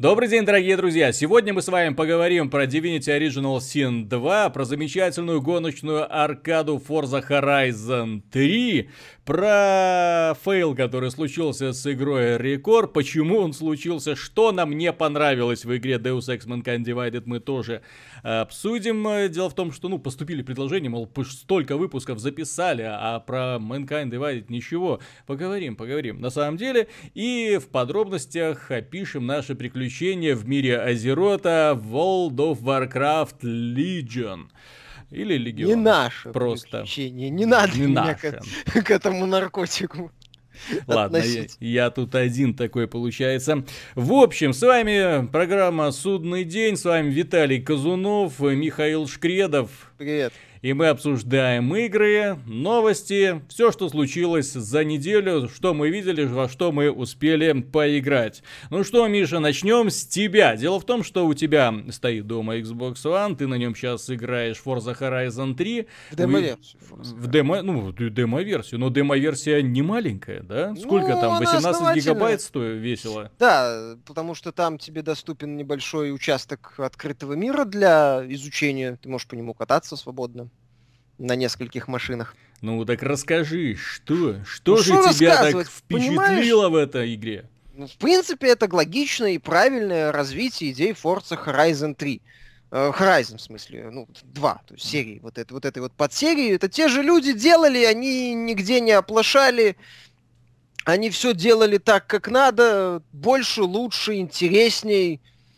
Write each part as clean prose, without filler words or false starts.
Добрый день, дорогие друзья! Сегодня мы с вами поговорим про Divinity Original Sin 2, про замечательную гоночную аркаду Forza Horizon 3, про фейл, который случился с игрой Record, почему он случился, что нам не понравилось в игре Deus Ex Mankind Divided, мы тоже обсудим. Дело в том, что, поступили предложения, мол, столько выпусков записали, а про Mankind Divided ничего. Поговорим. На самом деле, и в подробностях опишем наши приключения в мире Азерота World of Warcraft Legion. Или Легион. Не наше просто приключение. Не надо не меня наше. к этому наркотику Ладно, относить. я тут один такой получается. В общем, с вами программа «Судный день», с вами Виталий Казунов, Михаил Шкредов. Привет. И мы обсуждаем игры, новости, все, что случилось за неделю, что мы видели, во что мы успели поиграть. Ну что, Миша, начнем с тебя. Дело в том, что у тебя стоит дома Xbox One, ты на нем сейчас играешь Forza Horizon 3. В демо-версию. Демо-версию, но демо-версия не маленькая, да? Сколько там, она 18 основательная. гигабайт стоит весело? Да, потому что там тебе доступен небольшой участок открытого мира для изучения. Ты можешь по нему кататься свободно на нескольких машинах. Ну так расскажи, что же что тебя так рассказывать, впечатлило в этой игре? В принципе, это логичное и правильное развитие идей Forza Horizon 3. Horizon, в смысле, 2, то есть серии, вот этой вот подсерии. Это те же люди делали, они нигде не оплошали, они все делали так, как надо, больше, лучше, интересней.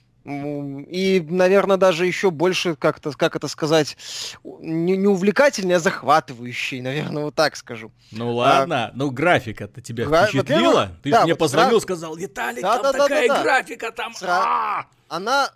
И, наверное, даже еще больше, как это сказать, не увлекательный, а захватывающий, наверное, вот так скажу. Ну ладно, графика-то тебя впечатлила? Ты же мне позвонил, сказал, Виталий, там такая графика, там... Она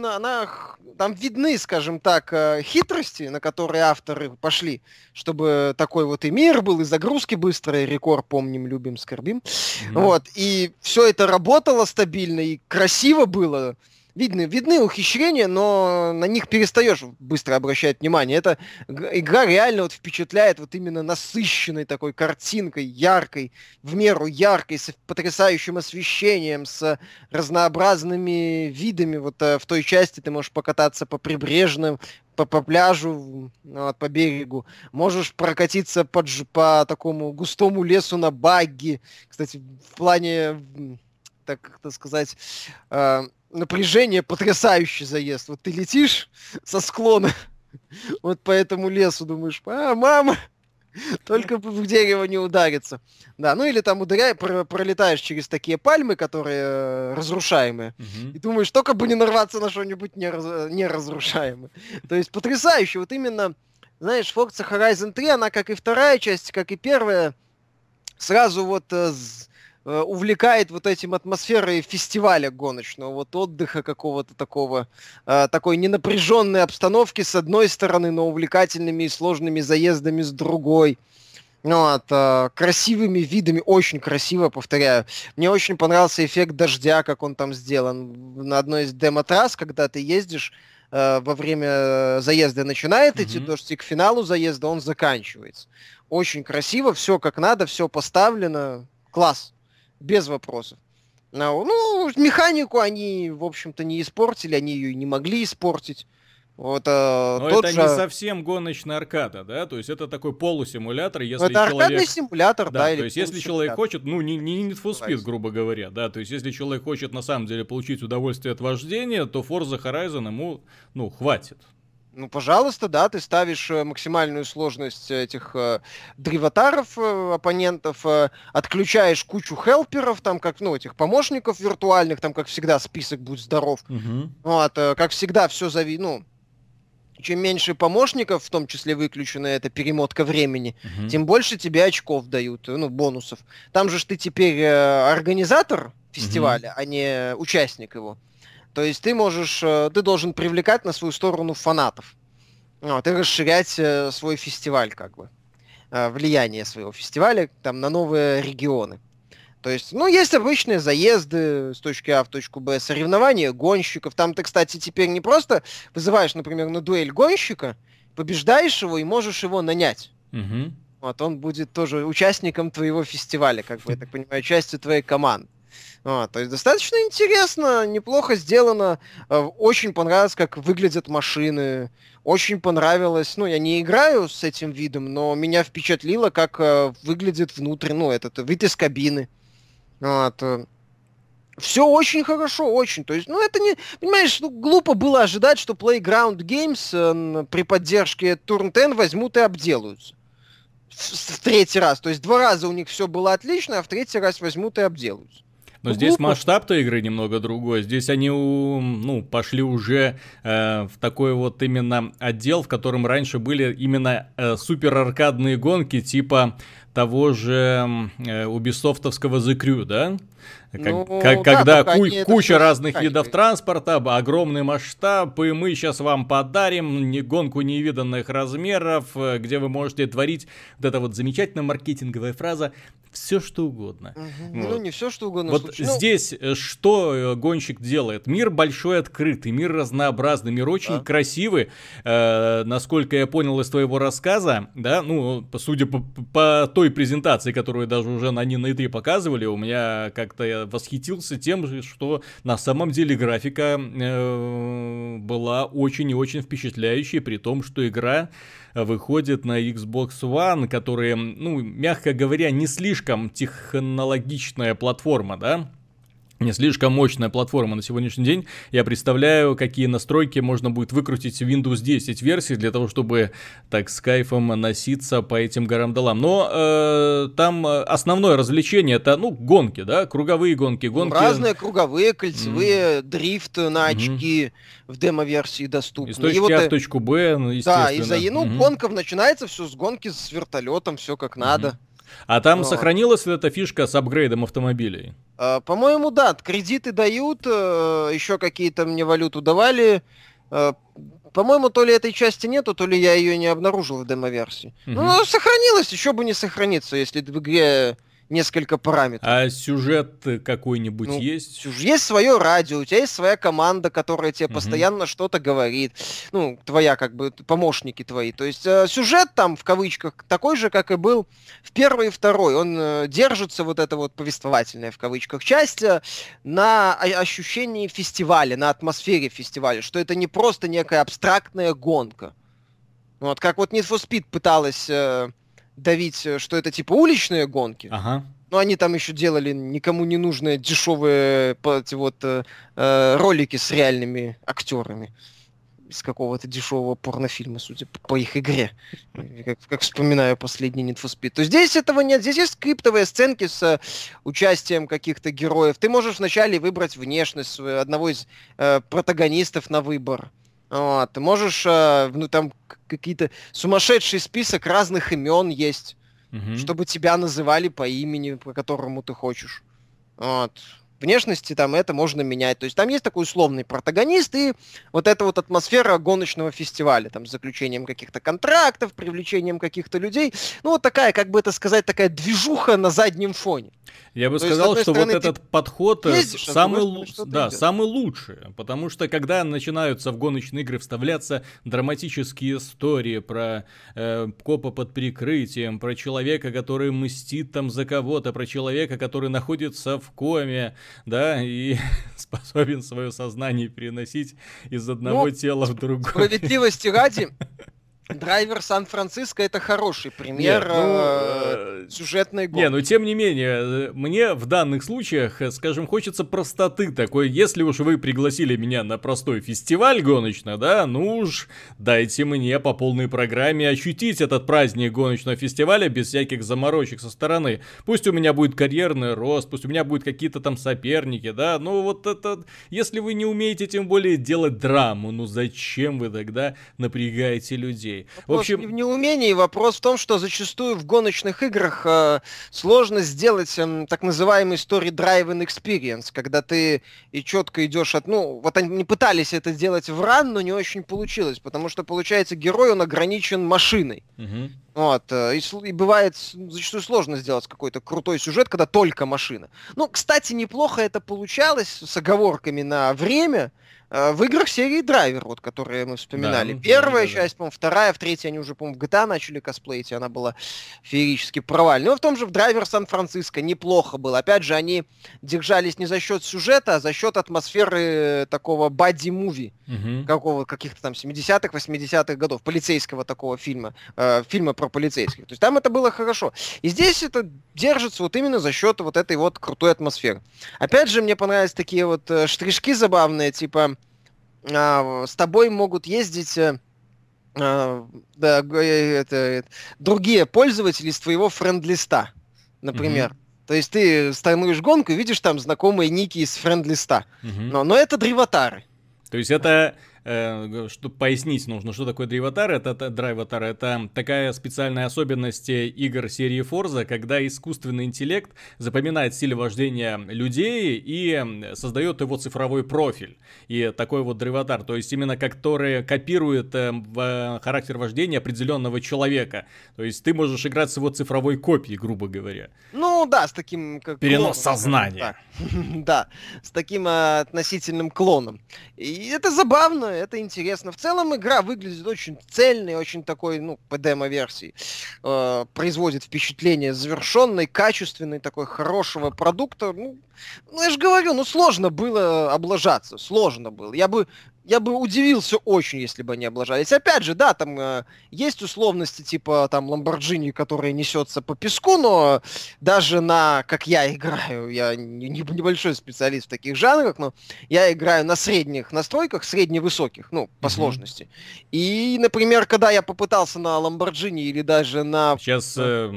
там видны, скажем так, хитрости, на которые авторы пошли, чтобы такой вот и мир был, и загрузки быстрые, Рекорд помним, любим, скорбим. Вот, и все это работало стабильно, и красиво было. Видны ухищрения, но на них перестаешь быстро обращать внимание. Эта игра реально вот впечатляет вот именно насыщенной такой картинкой, яркой, в меру яркой, с потрясающим освещением, с разнообразными видами. Вот в той части ты можешь покататься по прибрежным, по пляжу, по берегу. Можешь прокатиться по такому густому лесу на багги. Кстати, в плане, так как-то сказать... напряжение, потрясающий заезд. Вот ты летишь со склона вот по этому лесу, думаешь, мама, только бы в дерево не удариться. Да, или там пролетаешь через такие пальмы, которые разрушаемые, и думаешь, только бы не нарваться на что-нибудь неразрушаемое. То есть потрясающе. Вот именно, знаешь, Forza Horizon 3, она, как и вторая часть, как и первая, сразу вот... увлекает вот этим атмосферой фестиваля гоночного, вот отдыха какого-то такого, такой ненапряженной обстановки с одной стороны, но увлекательными и сложными заездами с другой. Красивыми видами, очень красиво, повторяю. Мне очень понравился эффект дождя, как он там сделан. На одной из демо-трасс, когда ты ездишь, во время заезда начинает идти дождь, и к финалу заезда он заканчивается. Очень красиво, все как надо, все поставлено. Класс. Без вопросов. Механику они, в общем-то, не испортили, они ее и не могли испортить. Вот, но это не совсем гоночная аркада, да? То есть это такой полусимулятор, если это человек... аркадный симулятор, да. То есть если человек хочет, не Need for Speed, грубо говоря, да, то есть если человек хочет на самом деле получить удовольствие от вождения, то Forza Horizon ему, хватит. Пожалуйста, да, ты ставишь максимальную сложность этих древотаров, оппонентов, отключаешь кучу хелперов, там, как, этих помощников виртуальных, там, как всегда, список «Будь здоров». Как всегда, все чем меньше помощников, в том числе выключенная эта перемотка времени, тем больше тебе очков дают, бонусов. Там же ты теперь организатор фестиваля, а не участник его. То есть ты должен привлекать на свою сторону фанатов. И расширять свой фестиваль, влияние своего фестиваля там на новые регионы. То есть, есть обычные заезды с точки А в точку Б, соревнования гонщиков. Там ты, кстати, теперь не просто вызываешь, например, на дуэль гонщика, побеждаешь его и можешь его нанять. Он будет тоже участником твоего фестиваля, я так понимаю, частью твоей команды. То есть достаточно интересно, неплохо сделано. Очень понравилось, как выглядят машины. Очень понравилось, я не играю с этим видом, но меня впечатлило, как выглядит внутрь, этот вид из кабины. Все очень хорошо, очень. То есть, это не... Понимаешь, глупо было ожидать, что Playground Games при поддержке Turn 10 возьмут и обделаются. В третий раз. То есть 2 раза у них все было отлично, а в третий раз возьмут и обделаются. Но здесь масштаб-то игры немного другой. Здесь они пошли уже в такой вот именно отдел, в котором раньше были именно супер аркадные гонки типа того же убисофтовского The Crew, да? Когда куча разных видов транспорта, огромный масштаб, и мы сейчас вам подарим гонку невиданных размеров, где вы можете творить вот эта вот замечательная маркетинговая фраза «все что угодно». Не все что угодно. Вот здесь что гонщик делает? Мир большой, открытый, мир разнообразный, мир очень красивый. Насколько я понял из твоего рассказа, да, судя по той презентации, которую даже уже на E3 показывали, у меня как-то я восхитился тем, что на самом деле графика была очень и очень впечатляющей, при том, что игра выходит на Xbox One, который, мягко говоря, не слишком технологичная платформа, да? Не слишком мощная платформа на сегодняшний день. Я представляю, какие настройки можно будет выкрутить в Windows 10 версии для того, чтобы так с кайфом носиться по этим горам долам. Но там основное развлечение это, гонки, да, круговые гонки. Разные круговые, кольцевые, дрифт на очки в демо-версии доступны. Из точки А в точку Б, естественно. Да, гонка начинается все с гонки с вертолетом, все как надо. А там сохранилась эта фишка с апгрейдом автомобилей? По-моему, да, кредиты дают, еще какие-то мне валюту давали. По-моему, то ли этой части нету, то ли я ее не обнаружил в демо-версии. Сохранилось, еще бы не сохраниться, если в игре несколько параметров. А сюжет какой-нибудь есть? Есть свое радио, у тебя есть своя команда, которая тебе постоянно что-то говорит. Твоя, помощники твои. То есть сюжет там, в кавычках, такой же, как и был в первой и второй. Он держится, вот это вот повествовательная, в кавычках, часть на ощущении фестиваля, на атмосфере фестиваля, что это не просто некая абстрактная гонка. Как вот Need for Speed пыталась давить, что это типа уличные гонки. Но они там еще делали никому не нужные дешевые ролики с реальными актерами из какого-то дешевого порнофильма, судя по их игре. Как вспоминаю последний Need for Speed. То здесь этого нет. Здесь есть скриптовые сценки с участием каких-то героев. Ты можешь вначале выбрать внешность одного из протагонистов на выбор. Ты можешь, там какие-то сумасшедший список разных имен есть, чтобы тебя называли по имени, по которому ты хочешь. Внешности там это можно менять. То есть там есть такой условный протагонист и вот эта вот атмосфера гоночного фестиваля, там с заключением каких-то контрактов, привлечением каких-то людей. Такая, как бы это сказать, такая движуха на заднем фоне. Я бы сказал, что вот этот подход самый лучший, потому что когда начинаются в гоночные игры вставляться драматические истории про копа под прикрытием, про человека, который мстит там за кого-то, про человека, который находится в коме, да, и способен свое сознание переносить из одного тела в другое. Справедливости ради, Драйвер Сан-Франциско — это хороший пример сюжетной гонки. Тем не менее, мне в данных случаях, скажем, хочется простоты такой. Если уж вы пригласили меня на простой фестиваль гоночный, да, уж дайте мне по полной программе ощутить этот праздник гоночного фестиваля без всяких заморочек со стороны. Пусть у меня будет карьерный рост, пусть у меня будут какие-то там соперники, да, если вы не умеете тем более делать драму, зачем вы тогда напрягаете людей? Вопрос в общем, не в неумении, вопрос в том, что зачастую в гоночных играх сложно сделать так называемый story-driven experience, когда ты и четко идешь от... они пытались это сделать в ран, но не очень получилось, потому что, получается, герой, он ограничен машиной. Вот, и бывает зачастую сложно сделать какой-то крутой сюжет, когда только машина. Ну, кстати, неплохо это получалось с оговорками на время в играх серии Драйвер, вот, которые мы вспоминали. Да, Первая да. часть, по-моему, вторая, в третьей они уже, по-моему, в GTA начали косплеить, и она была феерически провальной. Но в том же в Драйвер Сан-Франциско неплохо было. Опять же, они держались не за счет сюжета, а за счет атмосферы такого бадди-муви. Мгм. Каких-то там 70-х, 80-х годов, полицейского такого фильма, фильма про полицейских. То есть там это было хорошо. И здесь это держится вот именно за счет вот этой вот крутой атмосферы. Опять же, мне понравились такие вот штришки забавные, типа с тобой могут ездить другие пользователи из твоего френд-листа, например. Мгм. То есть ты стартуешь гонку и видишь там знакомые ники из френд-листа. Мгм. Но это драйвотары. То есть это, чтобы пояснить нужно, что такое драйвотар, драйвотар, это такая специальная особенность игр серии Forza, когда искусственный интеллект запоминает стиль вождения людей и создает его цифровой профиль. И такой вот драйвотар, то есть именно который копирует характер вождения определенного человека. То есть ты можешь играть с его цифровой копией, грубо говоря. Ну да, с таким как Перенос клоном, скажем сознания. так. Да, с таким относительным клоном. И это забавно, это интересно. В целом игра выглядит очень цельной, очень такой, ну, по демо-версии. Производит впечатление завершенной, качественной, такой хорошего продукта. Ну, я же говорю, ну сложно было облажаться, сложно было. Я бы удивился очень, если бы они облажались. Опять же, да, там есть условности типа там Lamborghini, который несется по песку, но даже как я играю, я небольшой специалист в таких жанрах, но я играю на средних настройках, средне-высоких, ну, по сложности. И, например, когда я попытался на Lamborghini или даже на... Сейчас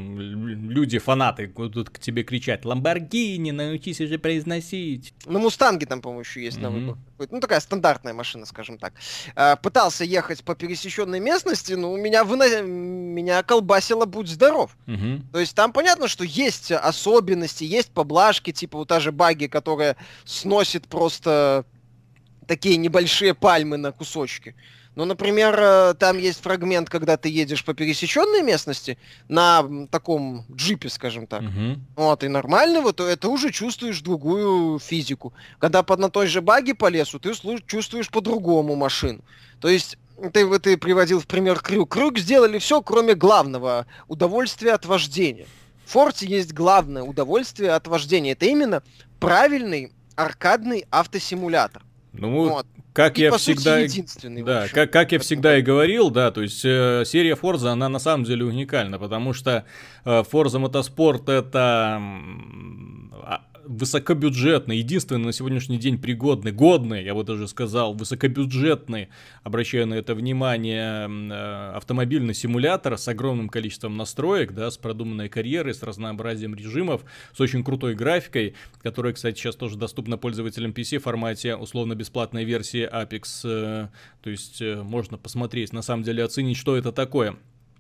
люди, фанаты, будут к тебе кричать: «Ламборгини, научись уже произносить». На Мустанге там, по-моему, еще есть на выбор. Ну, такая стандартная машина, скажем так. Пытался ехать по пересеченной местности, но меня колбасило «Будь здоров». То есть там понятно, что есть особенности, есть поблажки, типа вот та же багги, которая сносит просто такие небольшие пальмы на кусочки. Ну, например, там есть фрагмент, когда ты едешь по пересеченной местности на таком джипе, скажем так. Вот, и нормально, вот это уже чувствуешь другую физику. Когда на той же баги по лесу, ты чувствуешь по-другому машину. То есть ты приводил в пример Крюк. Крюк сделали все, кроме главного удовольствия от вождения. В Форте есть главное удовольствие от вождения. Это именно правильный аркадный автосимулятор. Ну, Вот. как И, я по всегда, сути, единственный. да, вообще. как я всегда и говорил, да, то есть серия Forza, она на самом деле уникальна, потому что Forza Motorsport это высокобюджетный, единственный на сегодняшний день годный, я бы даже сказал, высокобюджетный, обращаю на это внимание, автомобильный симулятор с огромным количеством настроек, да, с продуманной карьерой, с разнообразием режимов, с очень крутой графикой, которая, кстати, сейчас тоже доступна пользователям PC в формате условно-бесплатной версии Apex, то есть можно посмотреть, на самом деле оценить, что это такое.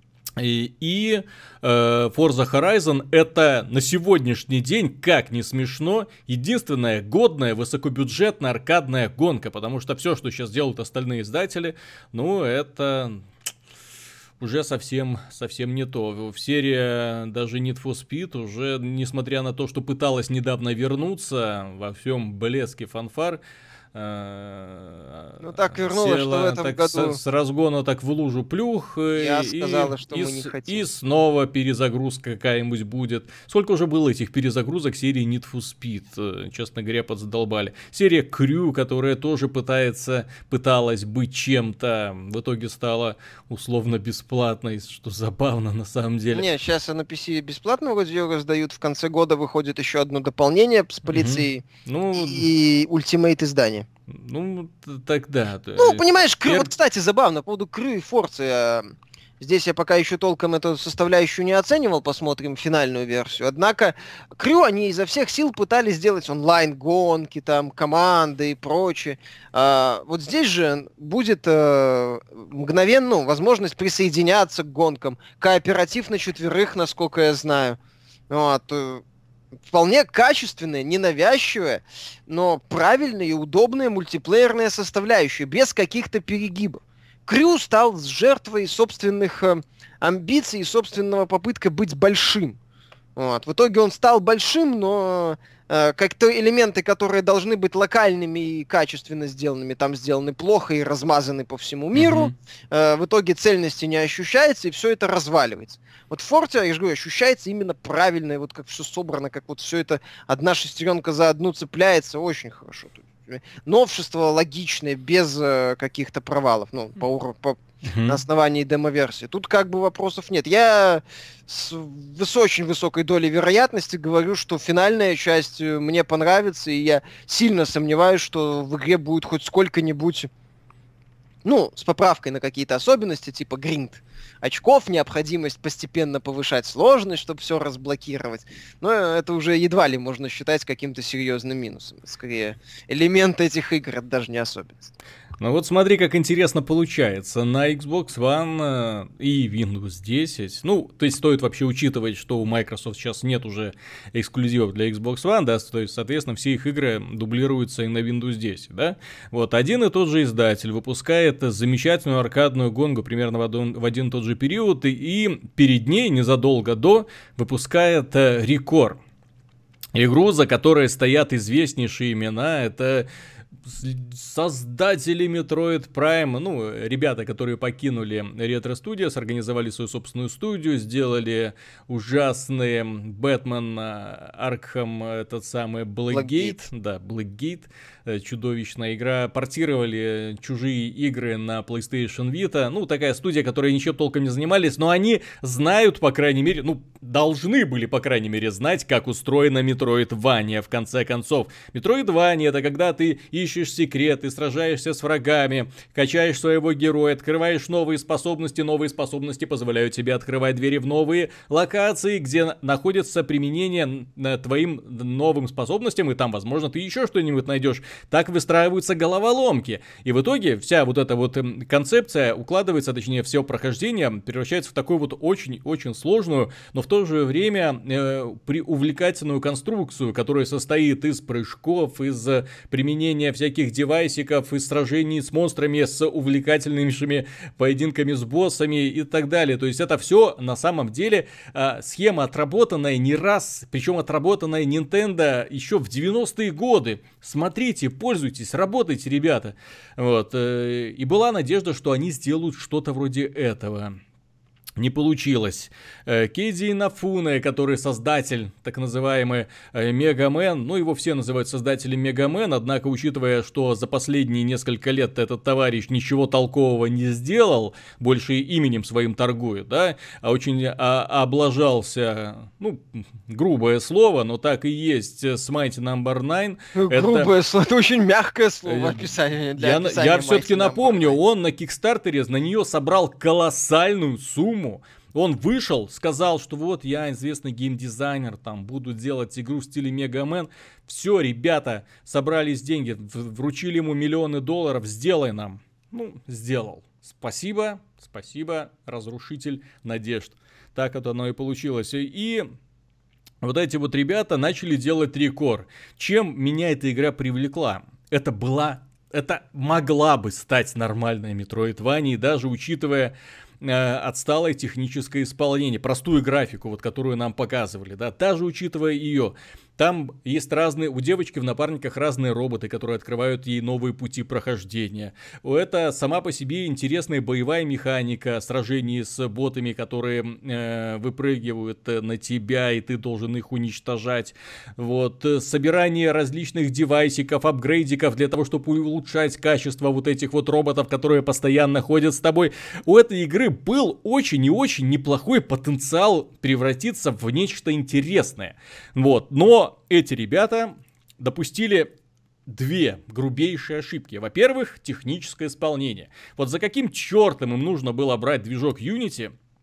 И Forza Horizon это на сегодняшний день, как ни смешно, единственная годная высокобюджетная аркадная гонка, потому что все, что сейчас делают остальные издатели, ну это уже совсем не то. В серии даже Need for Speed уже, несмотря на то, что пыталась недавно вернуться во всем блеске фанфар, Ну так вернулось, что в этом году... С разгона так в лужу плюх. Я сказала, что мы не хотим. И снова перезагрузка какая-нибудь будет. Сколько уже было этих перезагрузок серии Need for Speed? Честно говоря, подзадолбали. Серия Crew, которая тоже пыталась быть чем-то, в итоге стала условно бесплатной, что забавно на самом деле. Не, сейчас на PC бесплатно вроде ее раздают. В конце года выходит еще одно дополнение с полицией и ультимейт издание. Ну, тогда... Ну, понимаешь, вот, кстати, забавно, по поводу Крю и Форцы. Здесь я пока еще толком эту составляющую не оценивал, посмотрим финальную версию. Однако Крю они изо всех сил пытались сделать онлайн-гонки, там, команды и прочее. Вот здесь же будет мгновенно возможность присоединяться к гонкам. Кооператив на 4, насколько я знаю. Вот. Вполне качественная, ненавязчивая, но правильная и удобная мультиплеерная составляющая, без каких-то перегибов. Крю стал жертвой собственных амбиций и собственного попытка быть большим. Вот. В итоге он стал большим, но как-то элементы, которые должны быть локальными и качественно сделанными, там сделаны плохо и размазаны по всему миру. В итоге цельности не ощущается, и все это разваливается. Вот в Форте, я же говорю, ощущается именно правильно, и вот как все собрано, как вот все это одна шестеренка за одну цепляется, очень хорошо. Новшество логичное, без каких-то провалов, ну, на основании демо-версии. Тут как бы вопросов нет. Я с очень высокой долей вероятности говорю, что финальная часть мне понравится, и я сильно сомневаюсь, что в игре будет хоть сколько-нибудь, ну, с поправкой на какие-то особенности, типа гринд очков, необходимость постепенно повышать сложность, чтобы все разблокировать. Но это уже едва ли можно считать каким-то серьезным минусом. Скорее, элемент этих игр, это даже не особенность. Ну вот смотри, как интересно получается. На Xbox One и Windows 10, ну, то есть стоит вообще учитывать, что у Microsoft сейчас нет уже эксклюзивов для Xbox One, да, то есть, соответственно, все их игры дублируются и на Windows 10, да. Вот, один и тот же издатель выпускает замечательную аркадную гонку примерно в один и тот же период, и перед ней, незадолго до, выпускает Recore. Игру, за которой стоят известнейшие имена, это создатели Metroid Prime, ну, ребята, которые покинули Retro Studios, организовали свою собственную студию, сделали ужасный Бэтмен Аркхам, этот самый Blackgate, да, Blackgate, чудовищная игра, портировали чужие игры на PlayStation Vita, ну, такая студия, которая ничем толком не занимались, но они знают, по крайней мере, ну, должны были, по крайней мере, знать, как устроена Metroidvania, в конце концов. Metroidvania — это когда ты ищешь секреты, сражаешься с врагами, качаешь своего героя, открываешь новые способности позволяют тебе открывать двери в новые локации, где находится применение твоим новым способностям, и там, возможно, ты еще что-нибудь найдешь. Так выстраиваются головоломки. И в итоге вся вот эта вот концепция укладывается, точнее, все прохождение превращается в такую вот очень-очень сложную, но в то же время увлекательную конструкцию, которая состоит из прыжков, из применения всяких девайсиков, из сражений с монстрами, с увлекательнейшими поединками с боссами и так далее. То есть это все на самом деле схема, отработанная не раз, причем отработанная Nintendo еще в 90-е годы. Смотрите, пользуйтесь, работайте, ребята. Вот. И была надежда, что они сделают что-то вроде этого. Не получилось. Кейдзи Инафуне, который создатель, так называемый Мегамен, ну его все называют создателем Мегамен, однако, учитывая, что за последние несколько лет этот товарищ ничего толкового не сделал, больше именем своим торгует, да, а очень облажался, ну, грубое слово, но так и есть, с Mighty Number 9. Грубое слово, это очень мягкое слово описание для описания. Я все-таки напомню, он на Кикстартере на нее собрал колоссальную сумму. Он вышел, сказал, что вот я известный геймдизайнер, там буду делать игру в стиле Мегамен. Все, ребята, собрались деньги, вручили ему миллионы долларов, сделай нам. Ну, сделал. Спасибо, разрушитель надежд. Так вот оно и получилось. И вот эти вот ребята начали делать Recore. Чем меня эта игра привлекла? Это могла бы стать нормальной Metroidvania, даже учитывая отсталое техническое исполнение, простую графику, вот, которую нам показывали, да, даже учитывая ее. Там есть разные, у девочки в напарниках разные роботы, которые открывают ей новые пути прохождения. Это сама по себе интересная боевая механика, сражений с ботами, которые выпрыгивают на тебя, и ты должен их уничтожать. Вот, собирание различных девайсиков, апгрейдиков для того, чтобы улучшать качество вот этих вот роботов, которые постоянно ходят с тобой. У этой игры был очень и очень неплохой потенциал превратиться в нечто интересное. Вот, но эти ребята допустили две грубейшие ошибки. Во-первых, техническое исполнение. Вот за каким чертом им нужно было брать движок Unity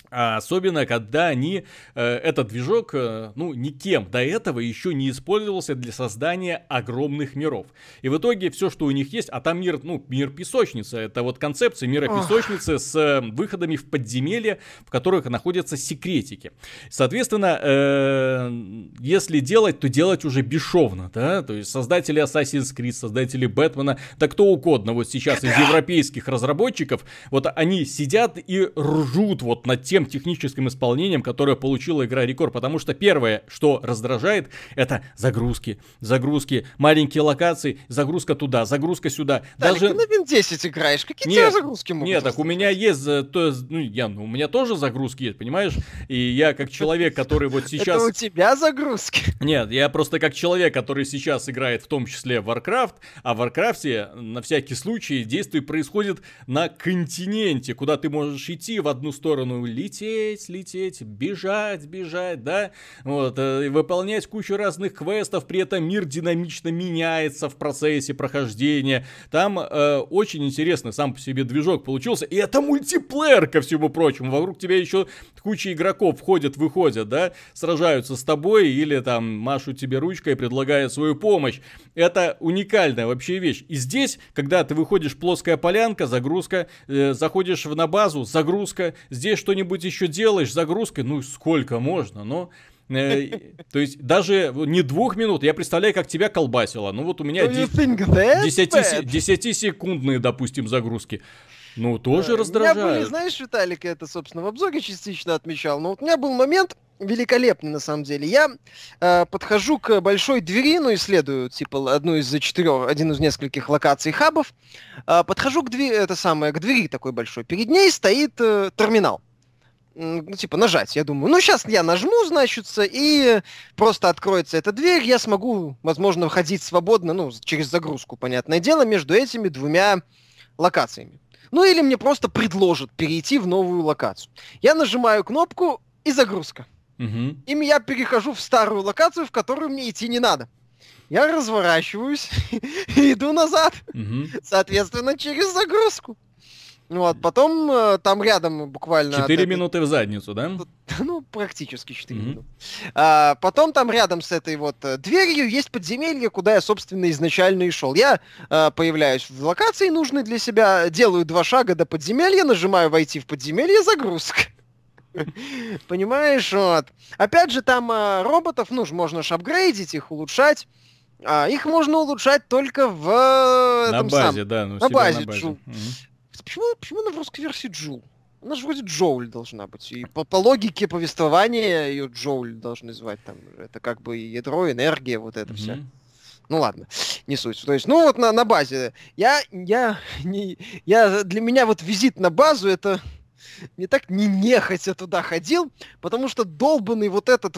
Особенно, когда этот движок, никем до этого еще не использовался для создания огромных миров. И в итоге все, что у них есть, а там мир песочница, это вот концепция мира песочницы с выходами в подземелья, в которых находятся секретики. Соответственно, если делать, то делать уже бесшовно, да, то есть создатели Assassin's Creed, создатели Бэтмена, да кто угодно, вот сейчас из европейских разработчиков, вот они сидят и ржут вот над тем техническим исполнением, которое получила игра Рекор, потому что первое, что раздражает, это загрузки, маленькие локации, загрузка туда, загрузка сюда. Далек, ты на Win 10 играешь, какие тебе загрузки могут? Нет, так у меня есть, у меня тоже загрузки есть, понимаешь? И я как человек, который вот сейчас... Это у тебя загрузки? Нет, я просто как человек, который сейчас играет в том числе в Warcraft, а в Warcraft на всякий случай действие происходит на континенте, куда ты можешь идти в одну сторону, лететь, бежать, да, вот, выполнять кучу разных квестов, при этом мир динамично меняется в процессе прохождения. Там очень интересный сам по себе движок получился, и это мультиплеер, ко всему прочему, вокруг тебя еще куча игроков входят-выходят, да, сражаются с тобой или там машут тебе ручкой, предлагая свою помощь. Это уникальная вообще вещь. И здесь, когда ты выходишь, плоская полянка, загрузка, заходишь на базу, загрузка, здесь что-нибудь еще делаешь, загрузка, сколько можно, но... То есть даже не 2 минут, я представляю, как тебя колбасило. Вот у меня 10-секундные, допустим, загрузки. Тоже раздражает. У меня были, знаешь, Виталик, это, собственно, в обзоре частично отмечал, но вот у меня был момент великолепный, на самом деле. Я подхожу к большой двери, исследую, один из нескольких локаций хабов, подхожу к двери такой большой. Перед ней стоит терминал. Нажать. Я думаю, сейчас я нажму, и просто откроется эта дверь, я смогу, возможно, ходить свободно, через загрузку, понятное дело, между этими 2 локациями. Или мне просто предложат перейти в новую локацию. Я нажимаю кнопку, и загрузка. Угу. И я перехожу в старую локацию, в которую мне идти не надо. Я разворачиваюсь и иду назад. Угу. Соответственно, через загрузку. Потом там рядом буквально... 4 минуты в задницу, да? Практически 4 минуты. Потом там рядом с этой дверью есть подземелье, куда я, собственно, изначально и шел. Я появляюсь в локации нужной для себя, делаю 2 шага до подземелья, нажимаю «Войти в подземелье», загрузка. Понимаешь, Опять же, там роботов, можно ж апгрейдить, их улучшать. Их можно улучшать только на базе, да. На базе Джул. Почему она в русской версии Джул? Она же вроде Джоуль должна быть. И по логике повествования ее Джоуль должны звать. Там, это как бы ядро, энергия, вот это все. Ладно, не суть. То есть, на базе. Для меня визит на базу, это не так нехотя туда ходил, потому что долбанный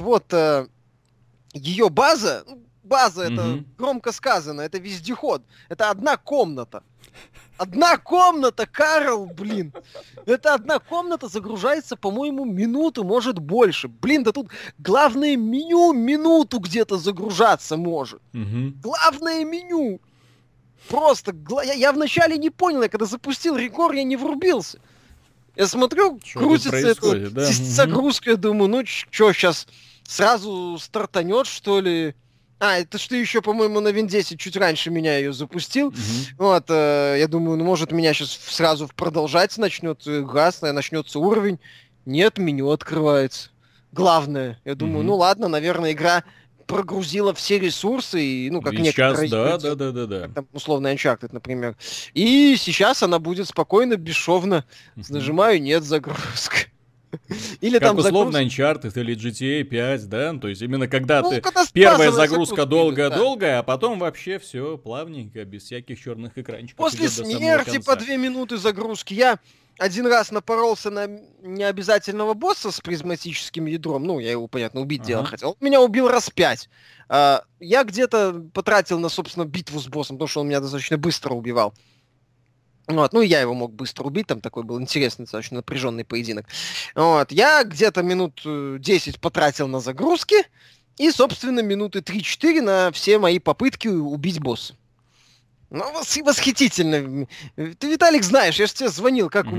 ее база, это громко сказано, это вездеход, это одна комната. Одна комната, Карл, блин. Это одна комната загружается, по-моему, минуту, может больше. Блин, да тут главное меню минуту где-то загружаться может. Главное меню. Просто, я вначале не понял, я когда запустил Рекор, я не врубился. Я смотрю, крутится эта загрузка, я думаю, сейчас сразу стартанет, что ли? Это что еще, по-моему, на Win 10 чуть раньше меня ее запустил. Я думаю, может меня сейчас сразу продолжать начнется начнется уровень. Нет, меню открывается. Главное. Я думаю, ладно, наверное, игра прогрузила все ресурсы, и, как некоторые... Сейчас, да. Как там, условно, Uncharted, например. И сейчас она будет спокойно, бесшовно. Нажимаю «Нет, загрузка». Или как там условно Uncharted или GTA 5, да? То есть именно когда первая загрузка долгая, а потом вообще все плавненько, без всяких черных экранчиков. После смерти по 2 минуты загрузки я один раз напоролся на необязательного босса с призматическим ядром. Я его, понятно, убить дело хотел. Он меня убил раз 5. Я где-то потратил на, собственно, битву с боссом, потому что он меня достаточно быстро убивал. Я его мог быстро убить, там такой был интересный, достаточно напряженный поединок. Я где-то минут 10 потратил на загрузки, и, собственно, минуты 3-4 на все мои попытки убить босса. Ну, восхитительно. Ты, Виталик, знаешь, я же тебе звонил, как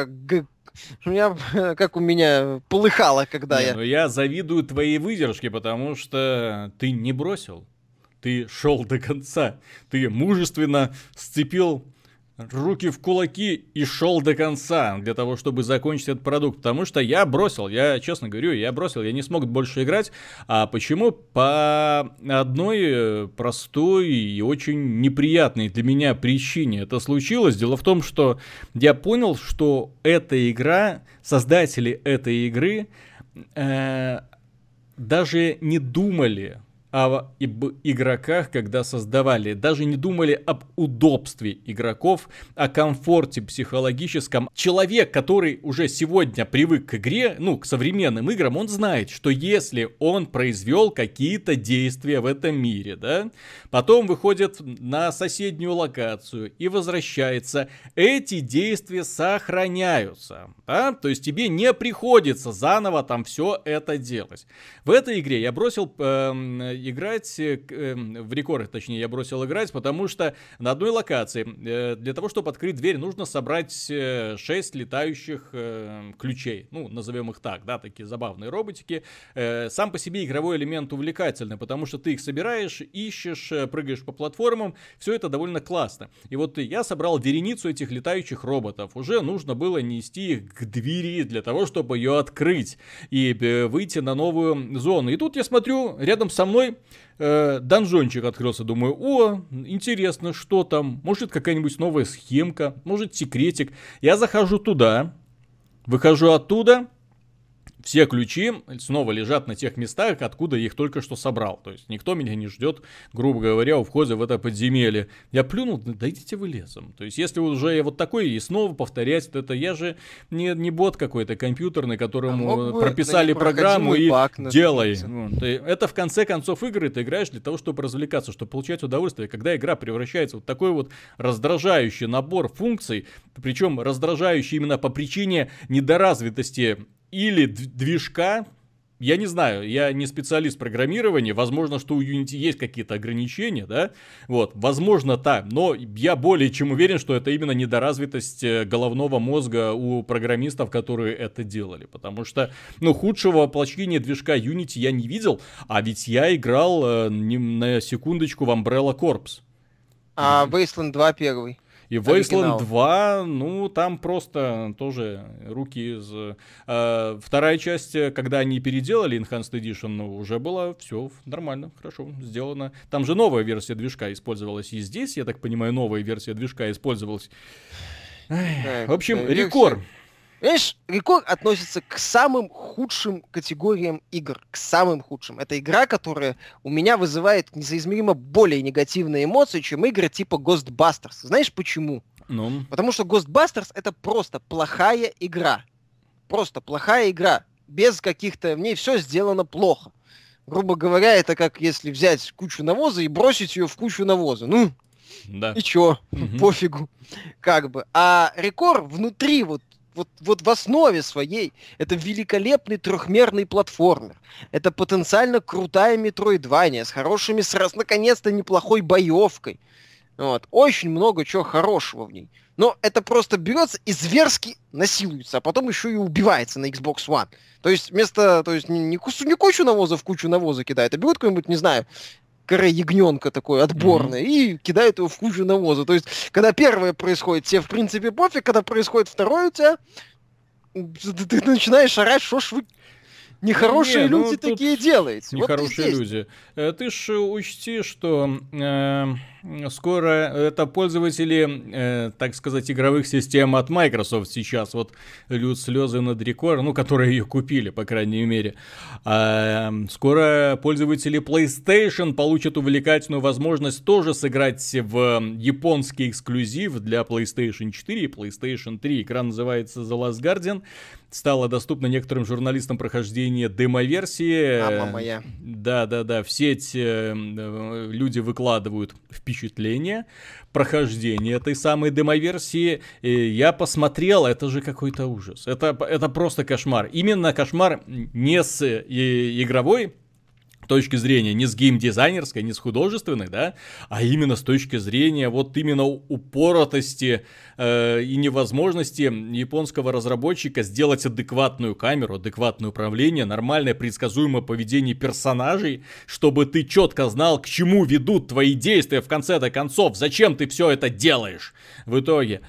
как у меня полыхало, когда Не, я... ну я завидую твоей выдержке, потому что ты не бросил. Ты шел до конца. Ты мужественно сцепил руки в кулаки и шел до конца для того, чтобы закончить этот продукт. Потому что я бросил, я честно говорю, я бросил, я не смог больше играть. А почему? По одной простой и очень неприятной для меня причине это случилось. Дело в том, что я понял, что эта игра, создатели этой игры даже не думали об игроках, когда создавали. Даже не думали об удобстве игроков, о комфорте психологическом. Человек, который уже сегодня привык к игре, ну, к современным играм, он знает, что если он произвел какие-то действия в этом мире, да, потом выходит на соседнюю локацию и возвращается, эти действия сохраняются, да, то есть тебе не приходится заново там все это делать. В этой игре я бросил играть, в рекорд, точнее, я бросил играть, потому что на одной локации для того, чтобы открыть дверь, нужно собрать 6 летающих ключей, ну, назовем их так, да, такие забавные роботики. Сам по себе игровой элемент увлекательный, потому что ты их собираешь, ищешь, прыгаешь по платформам, все это довольно классно. И вот я собрал вереницу этих летающих роботов, уже нужно было нести их к двери для того, чтобы ее открыть и выйти на новую зону. И тут я смотрю, рядом со мной донжончик открылся, думаю, о, интересно, что там, может какая-нибудь новая схемка, может секретик. Я захожу туда, выхожу оттуда, все ключи снова лежат на тех местах, откуда я их только что собрал. То есть никто меня не ждет, грубо говоря, у входа в это подземелье. Я плюнул, да идите вы лесом. То есть если уже я вот такой и снова повторять, то это я же не бот какой-то компьютерный, которому прописали программу и делай. Вот. Это в конце концов игры ты играешь для того, чтобы развлекаться, чтобы получать удовольствие. Когда игра превращается в вот такой вот раздражающий набор функций, причем раздражающий именно по причине недоразвитости или движка, я не знаю, я не специалист в программировании, возможно, что у Unity есть какие-то ограничения, да, вот, возможно, так, но я более чем уверен, что это именно недоразвитость головного мозга у программистов, которые это делали, потому что, ну, худшего воплощения движка Unity я не видел, а ведь я играл, на секундочку, в Umbrella Corps. А Wasteland 2 первый? И Wasteland 2, ну, там просто тоже руки из... вторая часть, когда они переделали Enhanced Edition, ну, уже было все нормально, хорошо сделано. Там же новая версия движка использовалась, и здесь, я так понимаю, новая версия движка использовалась. В общем, рекорд. Видишь, рекорд относится к самым худшим категориям игр, к самым худшим. Это игра, которая у меня вызывает несоизмеримо более негативные эмоции, чем игры типа Ghostbusters. Знаешь почему? Ну. Потому что Ghostbusters это просто плохая игра. Просто плохая игра. Без каких-то... В ней все сделано плохо. Грубо говоря, это как если взять кучу навоза и бросить ее в кучу навоза. Ну, да. И чё? Пофигу. Как бы. А рекорд внутри вот в основе своей это великолепный трехмерный платформер. Это потенциально крутая метроидвания с хорошими, наконец-то неплохой боевкой. Вот. Очень много чего хорошего в ней. Но это просто берется и зверски насилуется, а потом еще и убивается на Xbox One. То есть вместо, то есть не кучу навоза в кучу навоза кидает, а берут какой-нибудь, не знаю, коре ягненка такое отборное и кидает его в кучу навоза. То есть, когда первое происходит, тебе в принципе пофиг, когда происходит второе, у тебя ты начинаешь орать, что ж вы нехорошие люди такие делаете. Нехорошие люди. Ты ж учти, что скоро это пользователи, так сказать, игровых систем от Microsoft сейчас вот льют слезы над рекорд, ну, которые ее купили, по крайней мере. Скоро пользователи PlayStation получат увлекательную возможность тоже сыграть в японский эксклюзив для PlayStation 4 и PlayStation 3. Игра называется The Last Guardian. Стало доступно некоторым журналистам прохождение демо-версии. Мама моя. Да, в сеть люди выкладывают впечатления, прохождение этой самой демо-версии. Я посмотрел, это же какой-то ужас. Это просто кошмар. Именно кошмар не с игровой точки зрения не с геймдизайнерской, не с художественной, да, а именно с точки зрения вот именно упоротости и невозможности японского разработчика сделать адекватную камеру, адекватное управление, нормальное предсказуемое поведение персонажей, чтобы ты четко знал, к чему ведут твои действия в конце-то концов, зачем ты все это делаешь. В итоге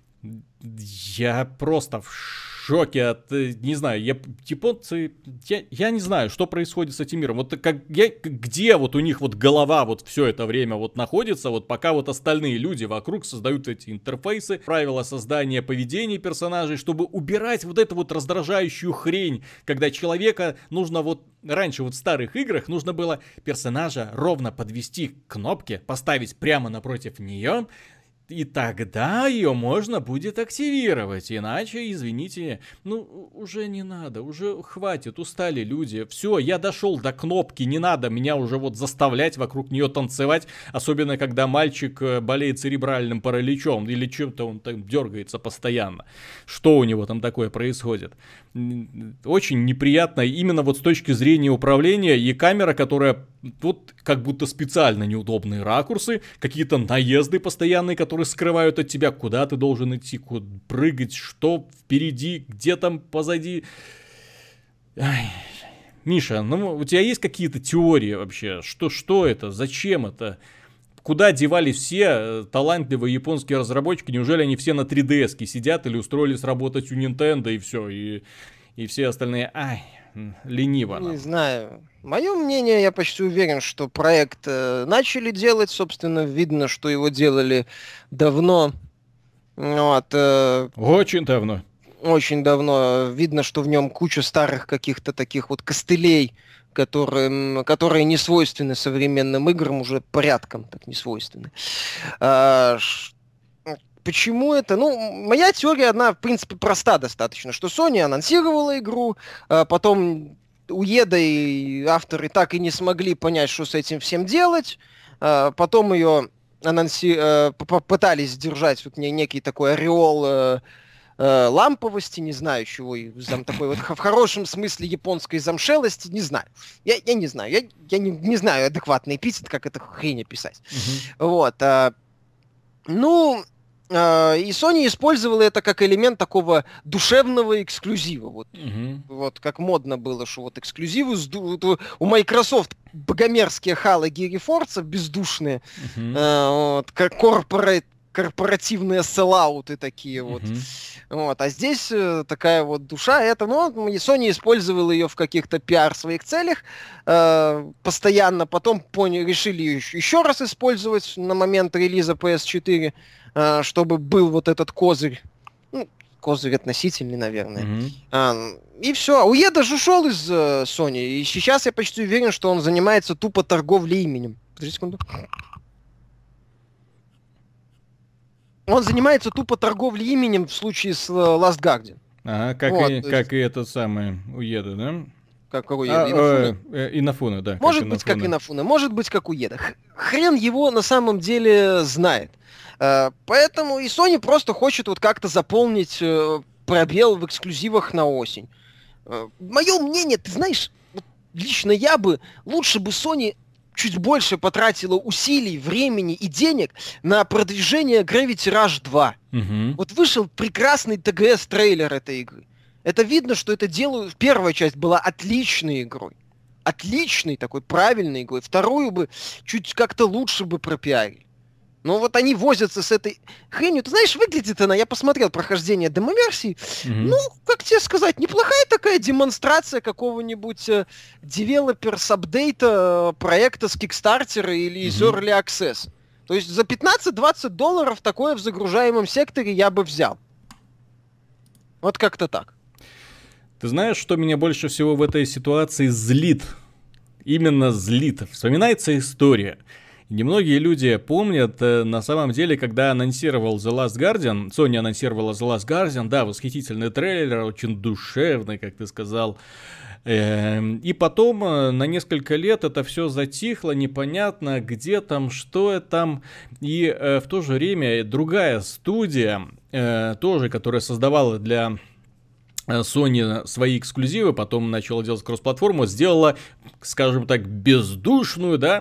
я просто в шоке от, не знаю, японцы, я не знаю, что происходит с этим миром. Вот где вот у них вот голова вот все это время вот находится, вот пока вот остальные люди вокруг создают эти интерфейсы, правила создания поведения персонажей, чтобы убирать вот эту вот раздражающую хрень, когда человека нужно вот, раньше вот в старых играх нужно было персонажа ровно подвести к кнопке, поставить прямо напротив нее, и тогда ее можно будет активировать, иначе, извините, ну, уже не надо, уже хватит, устали люди. Все, я дошел до кнопки, не надо меня уже вот заставлять вокруг нее танцевать, особенно когда мальчик болеет церебральным параличом или чем-то он там дергается постоянно. Что у него там такое происходит? Очень неприятно именно вот с точки зрения управления, и камера, которая вот как будто специально неудобные ракурсы, какие-то наезды постоянные, которые скрывают от тебя, куда ты должен идти, куда прыгать, что впереди, где там позади. Ай. Миша, ну у тебя есть какие-то теории вообще? Что это? Зачем это? Куда девались все талантливые японские разработчики? Неужели они все на 3DS-ке сидят или устроились работать у Nintendo и все? И все остальные, лениво нам. Не знаю. Мое мнение, я почти уверен, что проект начали делать, собственно, видно, что его делали давно. Вот, Очень давно. очень давно. Видно, что в нем куча старых каких-то таких вот костылей, которые не свойственны современным играм, уже порядком так не свойственны. Почему это? Ну, моя теория, она, в принципе, проста достаточно, что Sony анонсировала игру, потом Уеда и авторы так и не смогли понять, что с этим всем делать, потом ее попытались сдержать вот некий такой ореол ламповости, не знаю, чего, такой вот в хорошем смысле японской замшелости, не знаю. Я не знаю, я не знаю адекватный эпитет, как это хрень описать. Вот. И Sony использовала это как элемент такого душевного эксклюзива. Вот как модно было, что вот эксклюзивы у Microsoft богомерзкие халы Гири Форца, бездушные, корпоративные селлауты такие вот. А здесь такая вот душа, Sony использовала ее в каких-то пиар своих целях постоянно, потом решили ее еще раз использовать на момент релиза PS4, чтобы был вот этот козырь. Ну, козырь относительный, наверное. И все. Уеда же ушел из Sony, и сейчас я почти уверен, что он занимается тупо торговлей именем. Подожди секунду. Он занимается тупо торговлей именем в случае с Last Guardian. Ага, как и этот самый Уеда, да? Как Уеда, Инафуне, да. Может быть, как Инафуне, может быть, как Уеда. Хрен его на самом деле знает. Поэтому и Sony просто хочет вот как-то заполнить пробел в эксклюзивах на осень. Мое мнение, ты знаешь, лично лучше бы Sony чуть больше потратила усилий, времени и денег на продвижение Gravity Rush 2. Вот вышел прекрасный ТГС-трейлер этой игры. Это видно, что это делают... Первая часть была отличной игрой. Отличной такой, правильной игрой. Вторую бы чуть как-то лучше бы пропиарили. Но вот они возятся с этой хренью. Ты знаешь, выглядит она, я посмотрел прохождение демо-версии, ну, как тебе сказать, неплохая такая демонстрация какого-нибудь девелопер-сапдейта проекта с Kickstarter или из Early Access. То есть за $15-20 такое в загружаемом секторе я бы взял. Вот как-то так. Ты знаешь, что меня больше всего в этой ситуации злит? Именно злит. Вспоминается история. Немногие люди помнят, на самом деле, когда анонсировал The Last Guardian, Sony анонсировала The Last Guardian, да, восхитительный трейлер, очень душевный, как ты сказал. И потом на несколько лет это все затихло, непонятно, где там, что там. И в то же время другая студия, тоже, которая создавала для Sony свои эксклюзивы, потом начала делать кросс-платформу, сделала, скажем так, бездушную, да,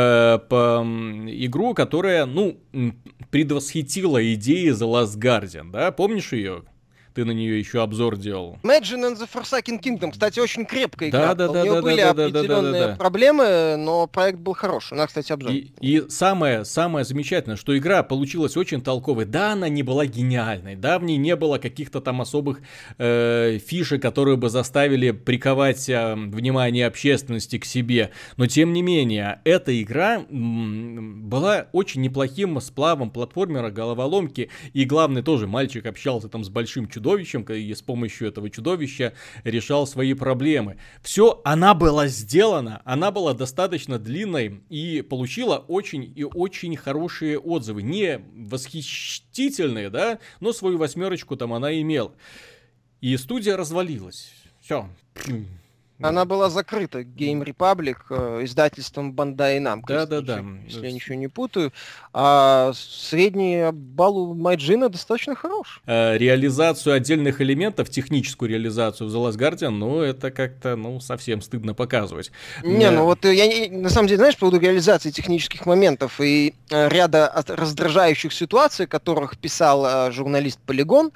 игру, которая, ну, предвосхитила идеи The Last Guardian, да, помнишь ее? Ты на нее еще обзор делал. Imagine and the Forsaken Kingdom, кстати, очень крепкая игра. Да. У нее были определенные проблемы, но проект был хороший. У нас, кстати, обзор. И самое замечательное, что игра получилась очень толковой. Да, она не была гениальной, да, в ней не было каких-то там особых фишек, которые бы заставили приковать внимание общественности к себе. Но, тем не менее, эта игра была очень неплохим сплавом платформера, головоломки. И, главное, тоже мальчик общался там с большим чудовищем, и с помощью этого чудовища решал свои проблемы. Все, она была сделана, она была достаточно длинной и получила очень и очень хорошие отзывы. Не восхитительные, да, но свою 8 там она имела. И студия развалилась. Все. Она была закрыта Game Republic издательством Bandai Namco, Да. Если я ничего не путаю. А средний балл у Майджина достаточно хорош. Реализацию отдельных элементов, техническую реализацию в The Last Guardian, ну, это как-то, ну, совсем стыдно показывать. Ну вот я, на самом деле, знаешь, по поводу реализации технических моментов и ряда раздражающих ситуаций, о которых писал журналист Polygon,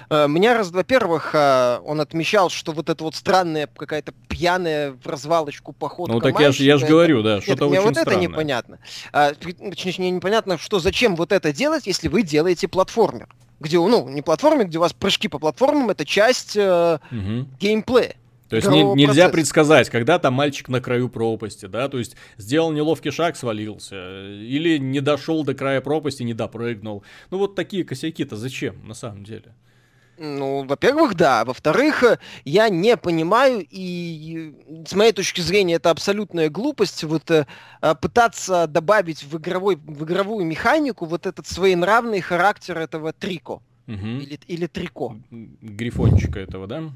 во-первых, он отмечал, что вот это вот странная какая-то пьяная в развалочку походка. Ну так я же говорю, да, что-то очень вот странное. Это непонятно. Точнее, непонятно, что зачем вот это делать, если вы делаете платформер. Где, ну, не платформер, где у вас прыжки по платформам, это часть геймплея. То есть нельзя предсказать, когда там мальчик на краю пропасти, да, то есть сделал неловкий шаг, свалился, или не дошел до края пропасти, не допрыгнул. Ну вот такие косяки-то зачем, на самом деле? Ну, во-первых, да. Во-вторых, я не понимаю, и с моей точки зрения это абсолютная глупость, вот пытаться добавить в игровую механику вот этот своенравный характер этого трико. Или трико. Грифончика этого, да?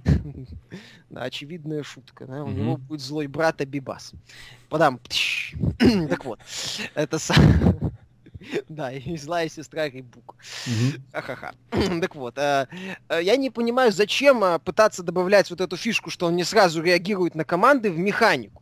Да, очевидная шутка. Да? У него будет злой брат Абибас. Подам. Так вот. Это сам... Да, и злая сестра Рибук. Ха-ха-ха. Так вот, я не понимаю, зачем пытаться добавлять вот эту фишку, что он не сразу реагирует на команды в механику.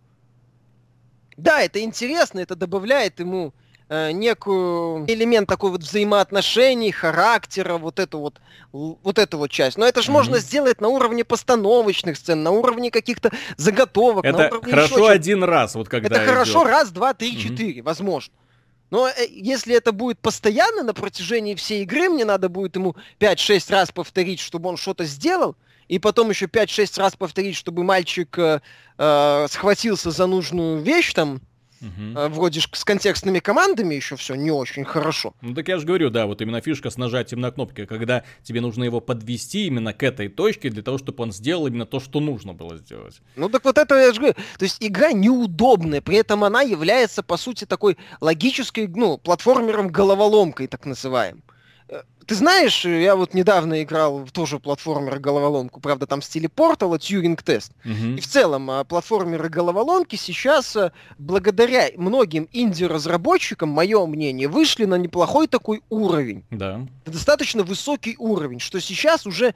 Да, это интересно, это добавляет ему некую элемент такой вот взаимоотношений, характера, вот эту вот часть. Но это же можно сделать на уровне постановочных сцен, на уровне каких-то заготовок. Это на уровне хорошо один раз, вот когда это идет. хорошо раз, два, три, четыре, возможно. Но если это будет постоянно на протяжении всей игры, мне надо будет ему 5-6 раз повторить, чтобы он что-то сделал, и потом еще 5-6 раз повторить, чтобы мальчик схватился за нужную вещь там, вроде с контекстными командами еще все не очень хорошо. Ну так я же говорю, да, вот именно фишка с нажатием на кнопки, когда тебе нужно его подвести именно к этой точке, для того, чтобы он сделал именно то, что нужно было сделать. Ну так вот это я же говорю, то есть игра неудобная, при этом она является, по сути, такой логической, ну, платформером-головоломкой, так называемым. Ты знаешь, я вот недавно играл в тоже платформер-головоломку, правда, там в стиле Портала, Тьюринг-тест. И в целом платформеры-головоломки сейчас, благодаря многим инди-разработчикам, мое мнение, вышли на неплохой такой уровень. Да. Достаточно высокий уровень, что сейчас уже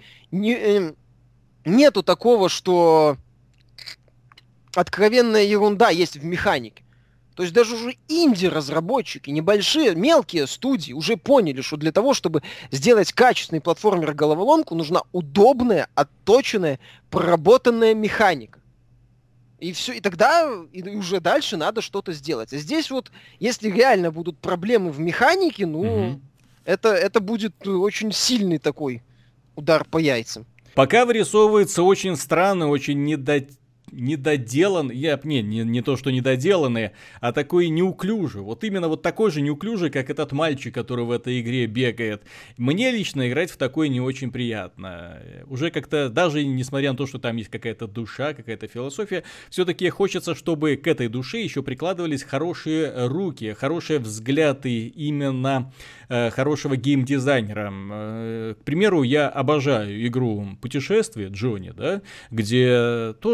нету такого, что откровенная ерунда есть в механике. То есть даже уже инди-разработчики, небольшие, мелкие студии уже поняли, что для того, чтобы сделать качественный платформер-головоломку, нужна удобная, отточенная, проработанная механика. И все, и тогда и уже дальше надо что-то сделать. А здесь вот, если реально будут проблемы в механике, ну, это будет очень сильный такой удар по яйцам. Пока вырисовывается очень странный, очень недоделан, не то, что недоделанные, а такой неуклюжий. Вот именно вот такой же неуклюжий, как этот мальчик, который в этой игре бегает. Мне лично играть в такое не очень приятно. Уже как-то, даже несмотря на то, что там есть какая-то душа, какая-то философия, все-таки хочется, чтобы к этой душе еще прикладывались хорошие руки, хорошие взгляды именно хорошего геймдизайнера. К примеру, я обожаю игру «Путешествие» Джонни, да, где тоже, в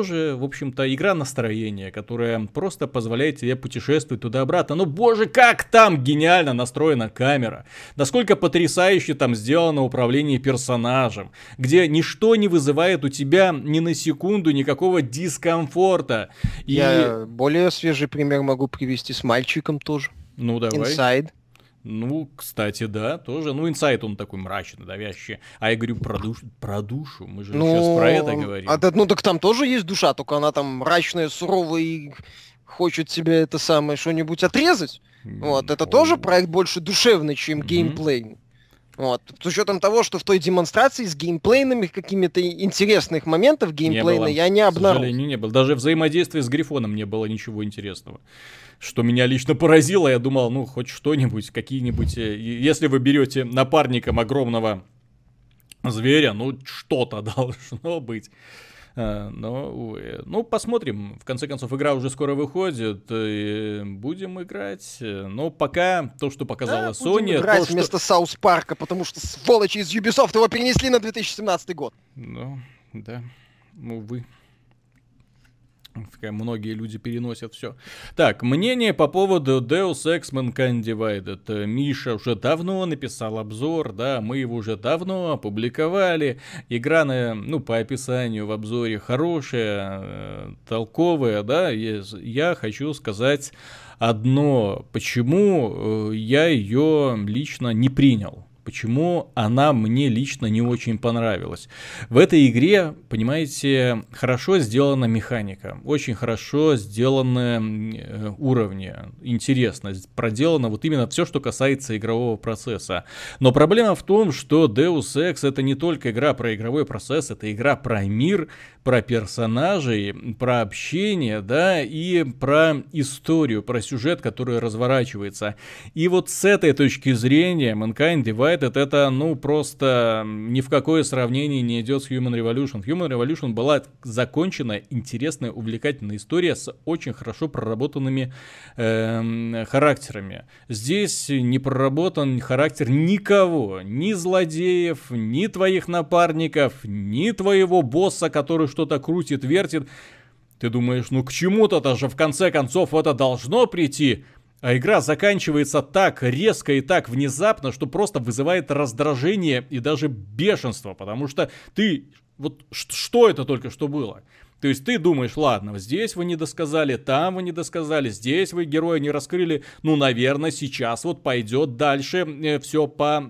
общем-то, игра настроения, которая просто позволяет тебе путешествовать туда-обратно. Ну, боже, как там гениально настроена камера. Насколько потрясающе там сделано управление персонажем, где ничто не вызывает у тебя ни на секунду никакого дискомфорта. Я более свежий пример могу привести с мальчиком тоже. Ну, давай. Inside. Ну, кстати, да, тоже. Ну, Инсайд, он такой мрачный, давящий. А я говорю про душу. Мы же сейчас про это говорим. Ну, так там тоже есть душа, только она там мрачная, суровая и хочет себе это самое что-нибудь отрезать. Вот, это тоже проект больше душевный, чем геймплейный. Вот. С учетом того, что в той демонстрации с геймплейными какими-то интересных моментов геймплейной я не обнаружил. К сожалению, не было. Даже взаимодействие с Грифоном не было ничего интересного. Что меня лично поразило, я думал, ну, хоть что-нибудь, какие-нибудь... Если вы берете напарником огромного зверя, ну, что-то должно быть. Ну, посмотрим. В конце концов, игра уже скоро выходит. И будем играть. Но пока то, что показала Sony... Будем играть вместо Саус Парка, потому что сволочи из Ubisoft его перенесли на 2017 год. Ну, да. Увы. Многие люди переносят все. Так, мнение по поводу Deus Ex Mankind Divided. Миша уже давно написал обзор, да, мы его уже давно опубликовали. Игра, по описанию в обзоре хорошая, толковая, да. Я хочу сказать одно, почему я ее лично не принял. Почему она мне лично не очень понравилась. В этой игре, понимаете, хорошо сделана механика, очень хорошо сделаны уровни, интересно проделано вот именно все, что касается игрового процесса. Но проблема в том, что Deus Ex это не только игра про игровой процесс, это игра про мир, про персонажей, про общение, да, и про историю, про сюжет, который разворачивается. И вот с этой точки зрения Mankind Divided это, просто ни в какое сравнение не идет с Human Revolution. Human Revolution была законченная, интересная, увлекательная история с очень хорошо проработанными характерами. Здесь не проработан характер никого, ни злодеев, ни твоих напарников, ни твоего босса, который что-то крутит, вертит. Ты думаешь, к чему-то даже в конце концов это должно прийти. А игра заканчивается так резко и так внезапно, что просто вызывает раздражение и даже бешенство, потому что ты... Вот что это только что было? То есть ты думаешь, ладно, здесь вы не досказали, там вы не досказали, здесь вы героя не раскрыли, наверное, сейчас вот пойдет дальше все по...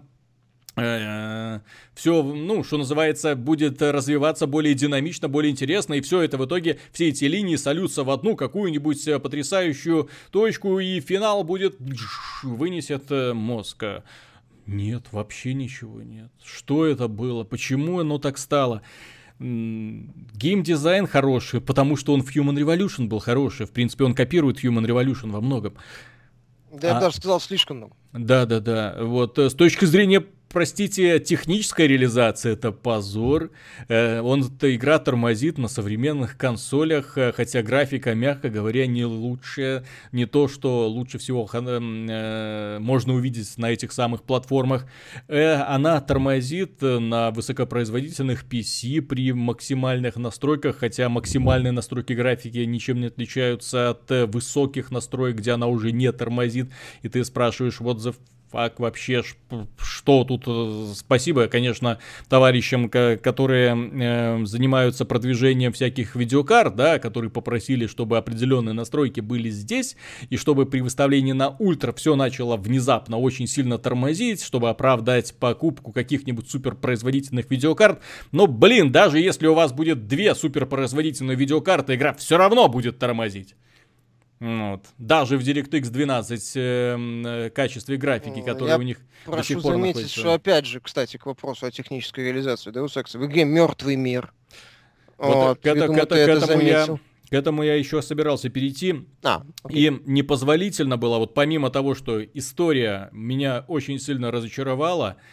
Все, что называется, будет развиваться более динамично, более интересно, и все это в итоге, все эти линии сольются в одну какую-нибудь потрясающую точку, и финал будет вынесет мозг. Нет, вообще ничего нет. Что это было? Почему оно так стало? Геймдизайн хороший, потому что он в Human Revolution был хороший. В принципе, он копирует Human Revolution во многом. Да, я бы даже сказал, слишком много. Да. Вот с точки зрения, простите, техническая реализация — это позор. Игра тормозит на современных консолях, хотя графика, мягко говоря, не лучшая. Не то, что лучше всего можно увидеть на этих самых платформах. Она тормозит на высокопроизводительных PC при максимальных настройках, хотя максимальные настройки графики ничем не отличаются от высоких настроек, где она уже не тормозит. И ты спрашиваешь, вот за фак вообще, что тут? Спасибо, конечно, товарищам, которые занимаются продвижением всяких видеокарт, да, которые попросили, чтобы определенные настройки были здесь, и чтобы при выставлении на ультра все начало внезапно очень сильно тормозить, чтобы оправдать покупку каких-нибудь суперпроизводительных видеокарт. Но, даже если у вас будет 2 суперпроизводительные видеокарты, игра все равно будет тормозить. Вот. Даже в DirectX 12 качестве графики, которые у них до сих пор находятся. Прошу заметить, что опять же, кстати, к вопросу о технической реализации Deus Ex, в игре мертвый мир. К этому я еще собирался перейти. И непозволительно было, вот помимо того, что история меня очень сильно разочаровала,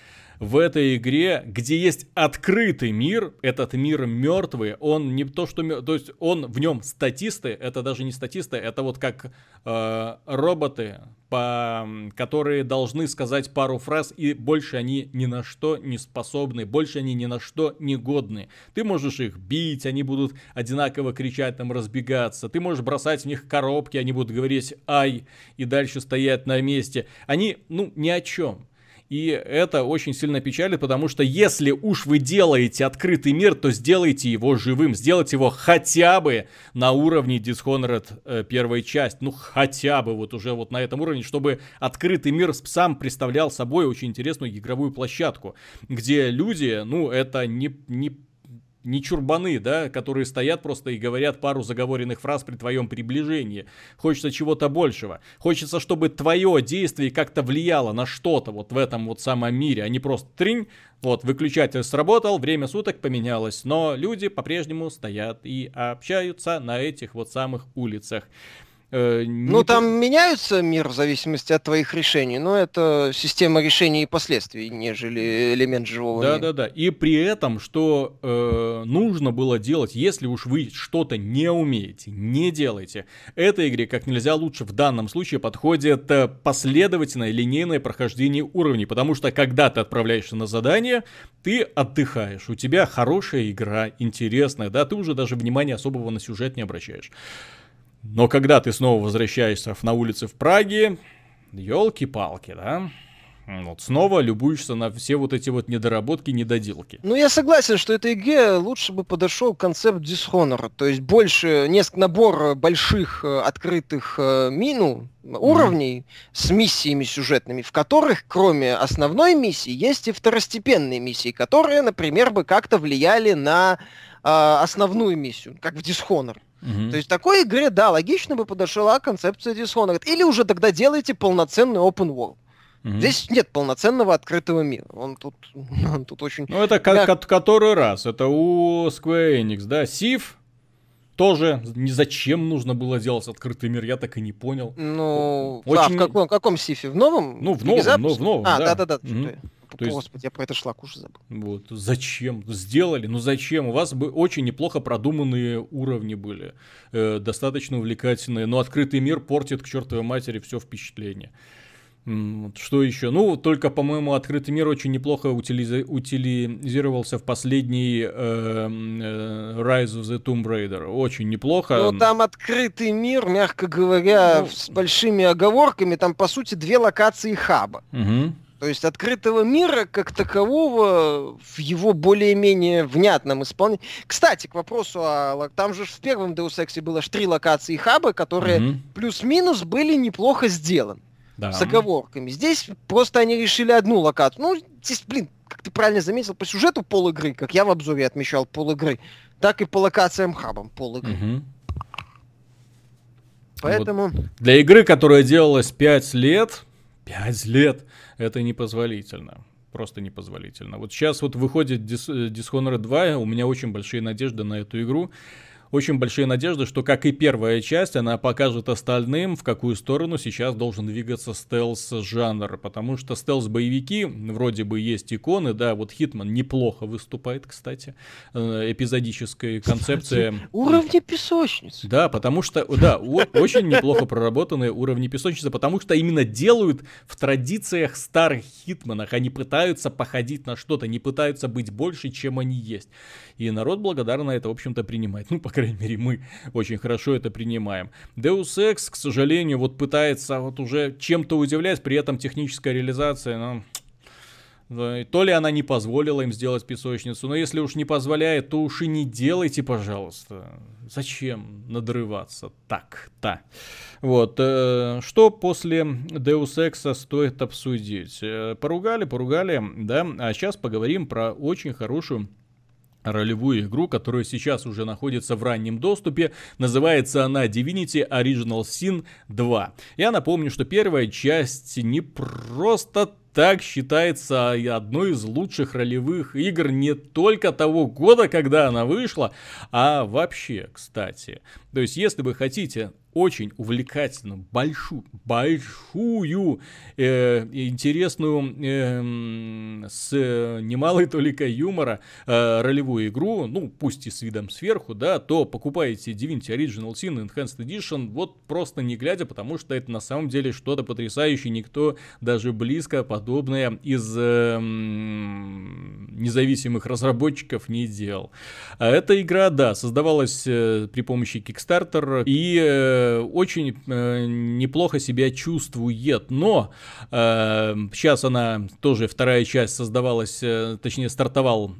в этой игре, где есть открытый мир, этот мир мертвый, он не то, что... То есть он в нем статисты, это даже не статисты, это вот как роботы, которые должны сказать пару фраз, и больше они ни на что не способны, больше они ни на что не годны. Ты можешь их бить, они будут одинаково кричать, там разбегаться. Ты можешь бросать в них коробки, они будут говорить «ай» и дальше стоять на месте. Они, ни о чем. И это очень сильно печалит, потому что если уж вы делаете открытый мир, то сделайте его живым, сделайте его хотя бы на уровне Dishonored первой части, хотя бы вот уже вот на этом уровне, чтобы открытый мир сам представлял собой очень интересную игровую площадку, где люди, это не чурбаны, да, которые стоят просто и говорят пару заговоренных фраз при твоем приближении. Хочется чего-то большего. Хочется, чтобы твое действие как-то влияло на что-то вот в этом вот самом мире, а не просто тринь, вот, выключатель сработал, время суток поменялось, но люди по-прежнему стоят и общаются на этих вот самых улицах. Там меняются мир в зависимости от твоих решений, но это система решений и последствий, нежели элемент живого мира. Да. И при этом, что нужно было делать, если уж вы что-то не умеете, не делайте. Этой игре как нельзя лучше в данном случае подходит последовательное линейное прохождение уровней, потому что когда ты отправляешься на задание, ты отдыхаешь, у тебя хорошая игра, интересная, да, ты уже даже внимания особого на сюжет не обращаешь. Но когда ты снова возвращаешься на улицы в Праге, елки-палки, да, вот снова любуешься на все вот эти вот недоработки, недоделки. Я согласен, что этой игре лучше бы подошел концепт Dishonored, то есть больше, набор больших открытых уровней с миссиями сюжетными, в которых, кроме основной миссии, есть и второстепенные миссии, которые, например, бы как-то влияли на основную миссию, как в Dishonored. То есть в такой игре, да, логично бы подошла концепция Dishonored. Или уже тогда делайте полноценный open world. Здесь нет полноценного открытого мира. Он тут очень... это который раз. Это у Square Enix, да. Civ тоже зачем нужно было делать открытый мир, я так и не понял. В каком Сифе? В новом? В новом, да. Да. То есть... Господи, я про этот шлак уже забыл. Вот, зачем? Сделали, зачем? У вас бы очень неплохо продуманные уровни были, достаточно увлекательные, но открытый мир портит к чертовой матери все впечатление. Что еще? Только, по-моему, открытый мир очень неплохо утилизировался в последний Rise of the Tomb Raider. Очень неплохо. Там открытый мир, мягко говоря, с большими оговорками, там, по сути, 2 локации хаба. То есть открытого мира как такового в его более-менее внятном исполнении. Кстати, к вопросу там же в первом Deus Ex'е было 3 локации хаба, которые плюс-минус были неплохо сделаны. Да. С оговорками. Здесь просто они решили одну локацию. Здесь, как ты правильно заметил, по сюжету пол игры, как я в обзоре отмечал пол игры, так и по локациям хабам пол игры. Поэтому... Вот. Для игры, которая делалась 5 лет, это непозволительно. Просто непозволительно. Вот сейчас вот выходит Dishonored 2, у меня очень большие надежды на эту игру. Очень большие надежды, что, как и первая часть, она покажет остальным, в какую сторону сейчас должен двигаться стелс-жанр. Потому что стелс-боевики, вроде бы есть иконы, да, вот Hitman неплохо выступает, кстати, эпизодическая концепция. Уровни песочницы. Да, потому что, очень неплохо проработанные уровни песочницы, потому что именно делают в традициях старых Хитманах. Они пытаются походить на что-то, не пытаются быть больше, чем они есть. И народ благодарно это, в общем-то, принимает. По крайней мере, мы очень хорошо это принимаем. Deus Ex, к сожалению, вот пытается вот уже чем-то удивлять, при этом техническая реализация, то ли она не позволила им сделать песочницу, но если уж не позволяет, то уж и не делайте, пожалуйста. Зачем надрываться так-то? Вот, что после Deus Ex стоит обсудить? Поругали, да, а сейчас поговорим про очень хорошую ролевую игру, которая сейчас уже находится в раннем доступе. Называется она Divinity Original Sin 2. Я напомню, что первая часть не просто так считается одной из лучших ролевых игр не только того года, когда она вышла, а вообще, кстати. То есть, если вы хотите очень увлекательную, большую, интересную, с немалой толикой юмора ролевую игру, ну, пусть и с видом сверху, да, то покупаете Divinity Original Sin Enhanced Edition вот просто не глядя, потому что это на самом деле что-то потрясающее, никто даже близко подобное из независимых разработчиков не делал. А эта игра, да, создавалась при помощи Kickstarter и очень неплохо себя чувствует, но сейчас она тоже, вторая часть создавалась, точнее стартовал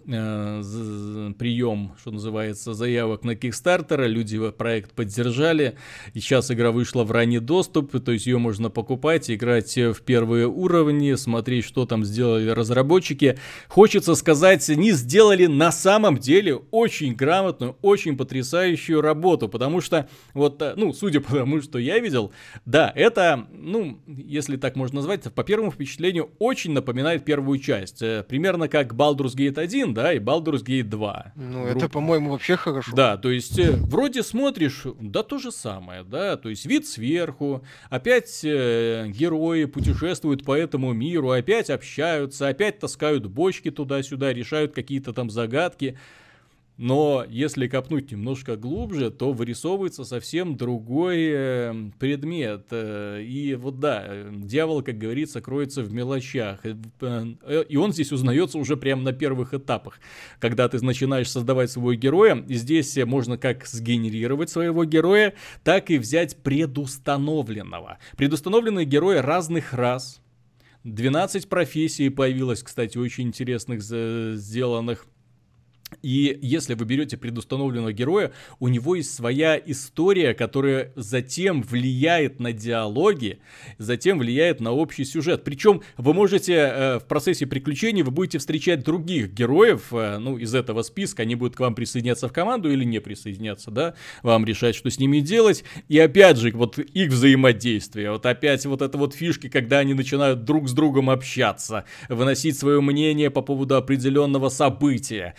прием, что называется, заявок на Kickstarter, люди проект поддержали, и сейчас игра вышла в ранний доступ, то есть ее можно покупать, играть в первые уровни, смотреть, что там сделали разработчики. Хочется сказать, они сделали на самом деле очень грамотную, очень потрясающую работу, потому что вот, ну, судя по тому, что я видел, да, это, ну, если так можно назвать, по первому впечатлению очень напоминает первую часть. Примерно как Baldur's Gate 1, да, и Baldur's Gate 2. Ну, это, по-моему, вообще хорошо. Да, то есть, вроде смотришь, да, то же самое, да, то есть вид сверху, опять герои путешествуют по этому миру, опять общаются, опять таскают бочки туда-сюда, решают какие-то там загадки. Но если копнуть немножко глубже, то вырисовывается совсем другой предмет. И вот да, дьявол, как говорится, кроется в мелочах. И он здесь узнается уже прямо на первых этапах. Когда ты начинаешь создавать своего героя, и здесь можно как сгенерировать своего героя, так и взять предустановленного. Предустановленные герои разных рас. 12 профессий появилось, кстати, очень интересных сделанных. И если вы берете предустановленного героя, у него есть своя история, которая затем влияет на диалоги, затем влияет на общий сюжет. Причем вы можете в процессе приключений, вы будете встречать других героев, ну, из этого списка, они будут к вам присоединяться в команду или не присоединяться, да, вам решать, что с ними делать. И опять же, вот их взаимодействие, вот опять вот это вот фишки, когда они начинают друг с другом общаться, выносить свое мнение по поводу определенного события,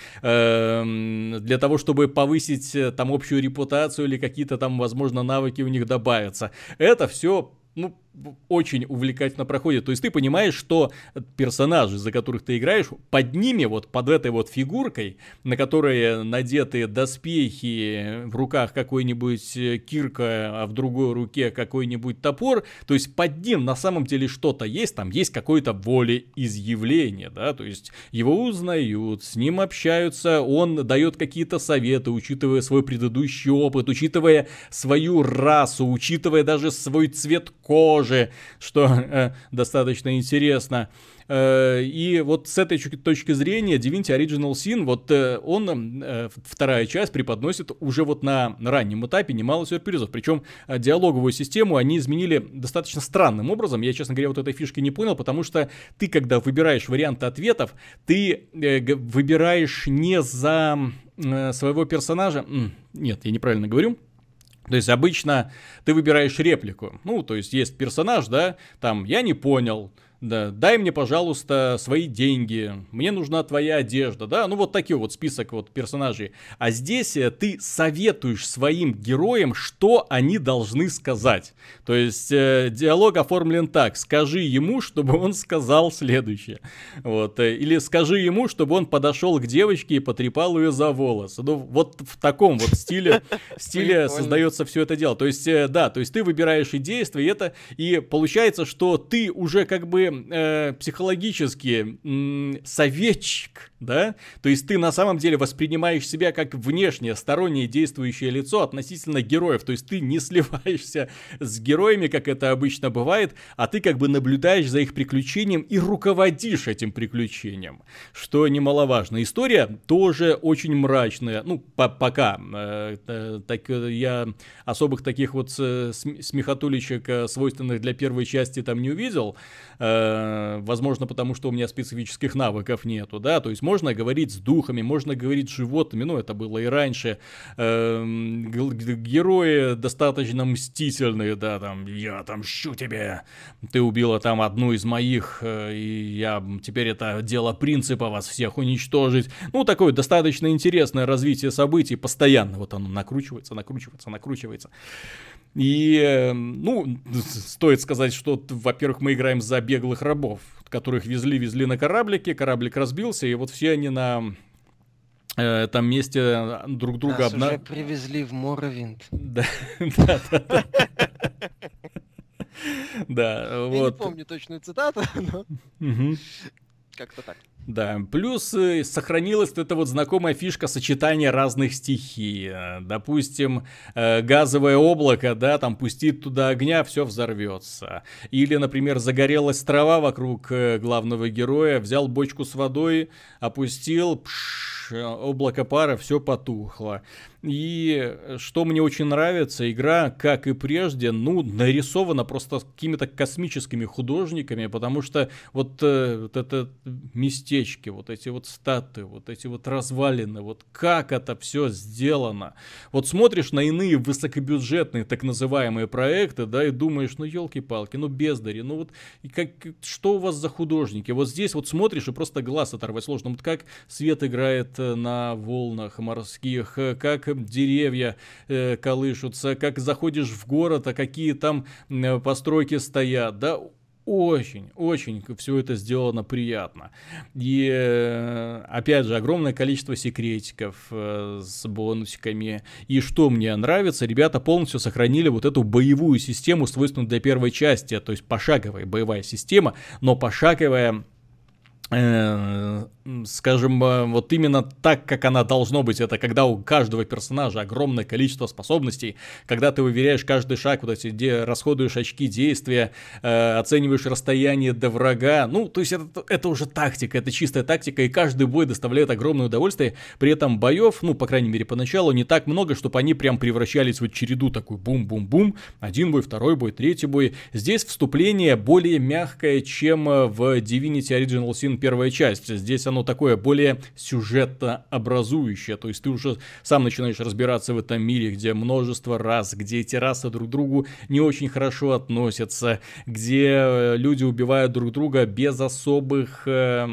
для того, чтобы повысить там общую репутацию или какие-то там, возможно, навыки у них добавятся. Это все, ну, очень увлекательно проходит. То есть ты понимаешь, что персонажи, за которых ты играешь, под ними, вот под этой вот фигуркой, на которой надеты доспехи, в руках какой-нибудь кирка, а в другой руке какой-нибудь топор, то есть под ним на самом деле что-то есть, там есть какое-то волеизъявление, да, то есть его узнают, с ним общаются, он дает какие-то советы, учитывая свой предыдущий опыт, учитывая свою расу, учитывая даже свой цвет кожи, что достаточно интересно. И вот с этой точки зрения Divinity Original Sin, вот он, вторая часть, преподносит уже вот на раннем этапе немало сюрпризов. Причем диалоговую систему они изменили достаточно странным образом. Я, честно говоря, вот этой фишки не понял, потому что ты, когда выбираешь варианты ответов, ты выбираешь не за своего персонажа... Нет, я неправильно говорю. То есть обычно ты выбираешь реплику. Ну, то есть есть персонаж, да, там, я не понял, да, дай мне, пожалуйста, свои деньги, мне нужна твоя одежда, да, ну вот такой вот список вот персонажей. А здесь ты советуешь своим героям, что они должны сказать. То есть диалог оформлен так: скажи ему, чтобы он сказал следующее. Вот, или скажи ему, чтобы он подошел к девочке и потрепал ее за волосы. Ну вот в таком вот стиле создается все это дело. То есть, да, то есть ты выбираешь и действия, и получается, что ты уже как бы психологически советчик, да, то есть ты на самом деле воспринимаешь себя как внешнее, стороннее действующее лицо относительно героев, то есть ты не сливаешься с героями, как это обычно бывает, а ты как бы наблюдаешь за их приключением и руководишь этим приключением, что немаловажно. История тоже очень мрачная, ну, пока, так я особых таких вот смехотулечек, свойственных для первой части, там не увидел, возможно, потому что у меня специфических навыков нету, да, то есть можно говорить с духами, можно говорить с животными, ну, это было и раньше. Герои достаточно мстительные, да, там, я отомщу тебе, ты убила там одну из моих, и теперь это дело принципа вас всех уничтожить. Ну, такое достаточно интересное развитие событий, постоянно вот оно накручивается. И, ну, стоит сказать, что, во-первых, мы играем за беглых рабов, которых везли на кораблике, кораблик разбился, и вот все они на этом месте друг друга уже привезли в Моровинд. Да. Да, вот. Я не помню точную цитату, но как-то так. Да, плюс сохранилась вот эта вот знакомая фишка сочетания разных стихий. Допустим, газовое облако, да, там пустит туда огня, все взорвется. Или, например, загорелась трава вокруг главного героя, взял бочку с водой, опустил, облако пара, все потухло. И что мне очень нравится, игра, как и прежде, ну, нарисована просто какими-то космическими художниками, потому что вот это местечки, вот эти вот статуи, вот эти вот развалины, вот как это все сделано. Вот смотришь на иные высокобюджетные так называемые проекты, да, и думаешь, ну, елки-палки, ну, бездари, ну, вот что у вас за художники? Вот здесь вот смотришь и просто глаз оторвать сложно. Вот как свет играет на волнах морских, как деревья колышутся, как заходишь в город, а какие там постройки стоят, да, очень все это сделано приятно. И опять же, огромное количество секретиков с бонусиками. И что мне нравится, ребята полностью сохранили вот эту боевую систему, свойственную для первой части, то есть пошаговая боевая система, но пошаговая, скажем, вот именно так, как она должно быть. Это когда у каждого персонажа огромное количество способностей, когда ты выверяешь каждый шаг, вот эти, где расходуешь очки действия, оцениваешь расстояние до врага. Ну, то есть это уже тактика, это чистая тактика, и каждый бой доставляет огромное удовольствие. При этом боев, ну, по крайней мере, поначалу не так много, чтобы они прям превращались в череду такую бум-бум-бум, один бой, второй бой, третий бой. Здесь вступление более мягкое, чем в Divinity Original Sin первая часть. Здесь оно такое более сюжетно образующее, то есть ты уже сам начинаешь разбираться в этом мире, где множество рас, где эти расы друг к другу не очень хорошо относятся, где люди убивают друг друга без особых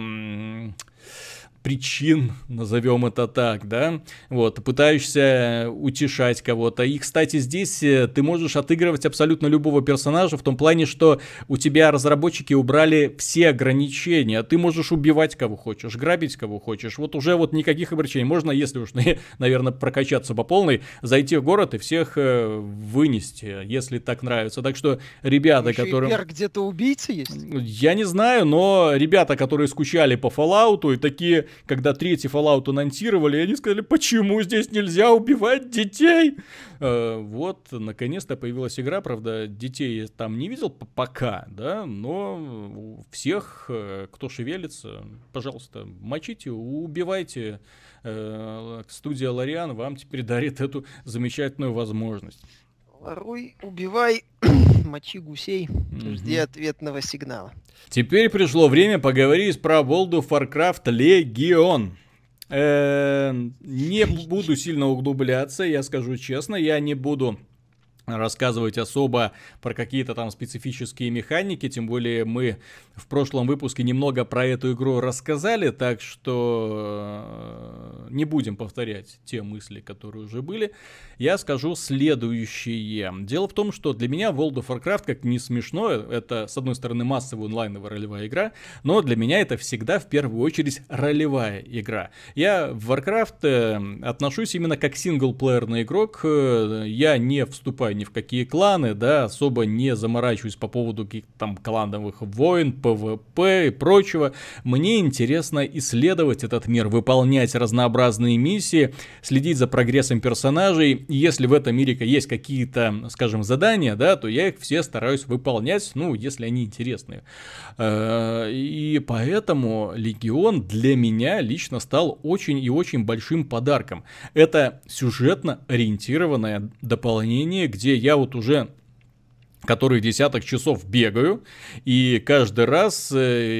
причин, назовем это так, да, вот, пытаешься утешать кого-то. И, кстати, здесь ты можешь отыгрывать абсолютно любого персонажа, в том плане, что у тебя разработчики убрали все ограничения, ты можешь убивать кого хочешь, грабить кого хочешь, вот уже вот никаких ограничений. Можно, если уж, наверное, прокачаться по полной, зайти в город и всех вынести, если так нравится. Так что ребята, которые... где-то убийцы есть? Я не знаю, но ребята, которые скучали по Fallout и такие, когда третий Fallout анонсировали, они сказали, почему здесь нельзя убивать детей? Вот, наконец-то появилась игра, правда, детей я там не видел пока, да, но всех, кто шевелится, пожалуйста, мочите, убивайте. Студия Лариан вам теперь дарит эту замечательную возможность. Воруй, убивай, мочи гусей, жди ответного сигнала. Теперь пришло время поговорить про World of Warcraft Legion. Не буду сильно углубляться, я скажу честно, я не буду рассказывать особо про какие-то там специфические механики, тем более мы в прошлом выпуске немного про эту игру рассказали, так что не будем повторять те мысли, которые уже были. Я скажу следующее. Дело в том, что для меня World of Warcraft, как ни смешно, это, с одной стороны, массовая онлайновая ролевая игра, но для меня это всегда в первую очередь ролевая игра. Я в Warcraft отношусь именно как синглплеерный игрок, я не вступаю ни в какие кланы, да, особо не заморачиваюсь по поводу каких-то там клановых войн, ПВП и прочего. Мне интересно исследовать этот мир, выполнять разнообразные миссии, следить за прогрессом персонажей. Если в этом мире есть какие-то, скажем, задания, да, то я их все стараюсь выполнять, ну, если они интересные. И поэтому Легион для меня лично стал очень и очень большим подарком. Это сюжетно ориентированное дополнение, где я вот уже который десяток часов бегаю, и каждый раз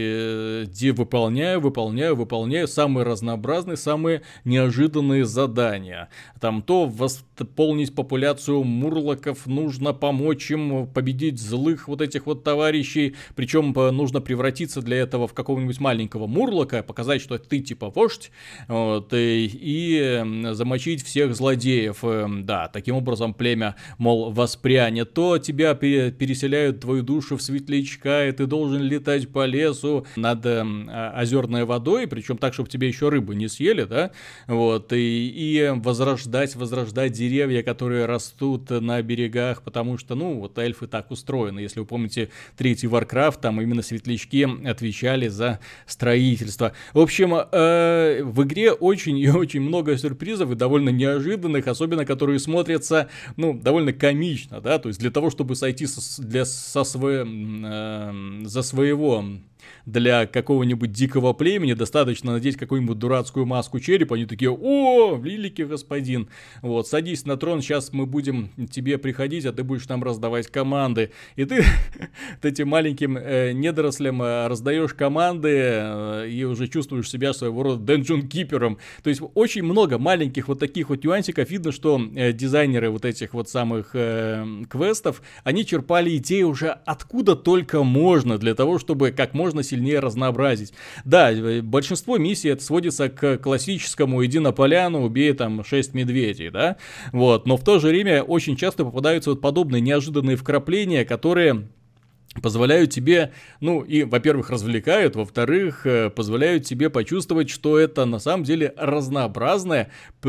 выполняю самые разнообразные, самые неожиданные задания. Там то восполнить популяцию мурлоков, нужно помочь им победить злых вот этих вот товарищей, причем нужно превратиться для этого в какого-нибудь маленького мурлока, показать, что ты типа вождь, вот, и замочить всех злодеев. Да, таким образом племя, мол, воспрянет. То тебя переселяют твою душу в светлячка, и ты должен летать по лесу над озерной водой, причем так, чтобы тебе еще рыбы не съели, да, вот, и возрождать деревья, которые растут на берегах, потому что, ну, вот эльфы так устроены. Если вы помните третий Warcraft, там именно светлячки отвечали за строительство. В общем, в игре очень и очень много сюрпризов и довольно неожиданных, особенно которые смотрятся, ну, довольно комично, да, то есть для того, чтобы сойти за своего для какого-нибудь дикого племени, достаточно надеть какую-нибудь дурацкую маску черепа, они такие: о, великий господин, вот, садись на трон, сейчас мы будем тебе приходить, а ты будешь нам раздавать команды. И ты этим маленьким недорослям раздаешь команды и уже чувствуешь себя своего рода денджон-кипером. То есть очень много маленьких вот таких вот нюансиков. Видно, что дизайнеры вот этих вот самых квестов, они черпали идеи уже откуда только можно, для того, чтобы как можно сильнее разнообразить. Да, большинство миссий это сводится к классическому: иди на поляну, убей там 6 медведей, да, вот, но в то же время очень часто попадаются вот подобные неожиданные вкрапления, которые позволяют тебе, ну, и, во-первых, развлекают, во-вторых, позволяют тебе почувствовать, что это на самом деле разнообразное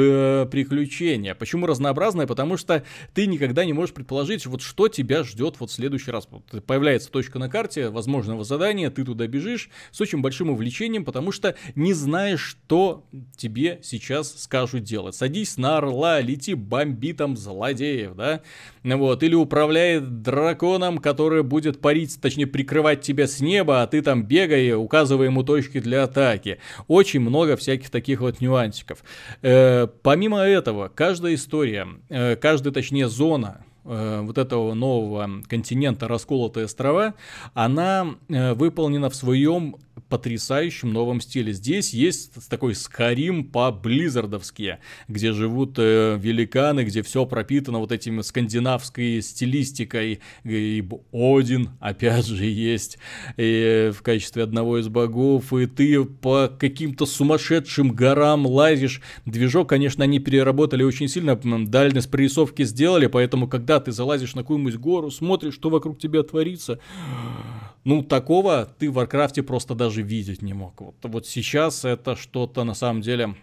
приключение. Почему разнообразное? Потому что ты никогда не можешь предположить, вот что тебя ждет вот в следующий раз. Вот появляется точка на карте возможного задания, ты туда бежишь с очень большим увлечением, потому что не знаешь, что тебе сейчас скажут делать. Садись на орла, лети, бомби там злодеев, да, вот, или управляй драконом, который будет точнее прикрывать тебя с неба, а ты там бегай, указывая ему точки для атаки. Очень много всяких таких вот нюансиков. Помимо этого, каждая история, каждая, точнее, зона вот этого нового континента «Расколотые острова», она выполнена в своем потрясающем новом стиле. Здесь есть такой Skyrim по-близзардовски, где живут великаны, где все пропитано вот этим скандинавской стилистикой. И Один, опять же, есть в качестве одного из богов, и ты по каким-то сумасшедшим горам лазишь. Движок, конечно, они переработали очень сильно, дальность прорисовки сделали, поэтому, когда ты залазишь на какую-нибудь гору, смотришь, что вокруг тебя творится, ну, такого ты в Варкрафте просто даже видеть не мог. Вот сейчас это что-то на самом деле.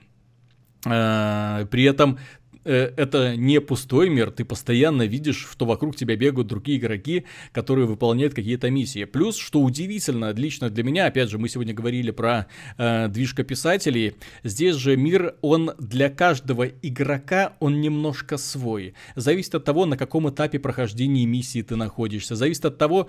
При этом это не пустой мир, ты постоянно видишь, что вокруг тебя бегают другие игроки, которые выполняют какие-то миссии. Плюс, что удивительно, лично для меня, опять же, мы сегодня говорили про движка писателей, здесь же мир, он для каждого игрока, он немножко свой. Зависит от того, на каком этапе прохождения миссии ты находишься, зависит от того,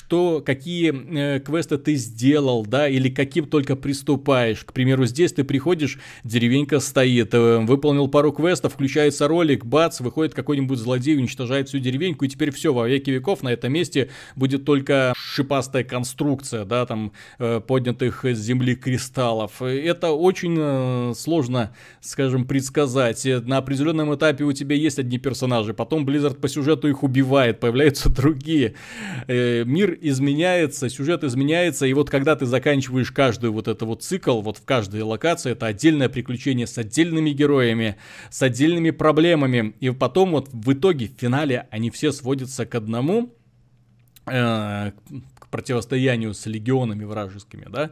какие квесты ты сделал, да, или каким только приступаешь. К примеру, здесь ты приходишь, деревенька стоит, выполнил пару квестов, включается ролик, бац, выходит какой-нибудь злодей, уничтожает всю деревеньку, и теперь все, во веки веков на этом месте будет только шипастая конструкция, да, там, поднятых с земли кристаллов. Это очень сложно, скажем, предсказать. На определенном этапе у тебя есть одни персонажи, потом Blizzard по сюжету их убивает, появляются другие. Мир изменяется, сюжет изменяется, и вот когда ты заканчиваешь каждый вот этот вот цикл, вот в каждой локации, это отдельное приключение с отдельными героями, с отдельными проблемами, и потом вот в итоге, в финале, они все сводятся к одному, к противостоянию с легионами вражескими, да,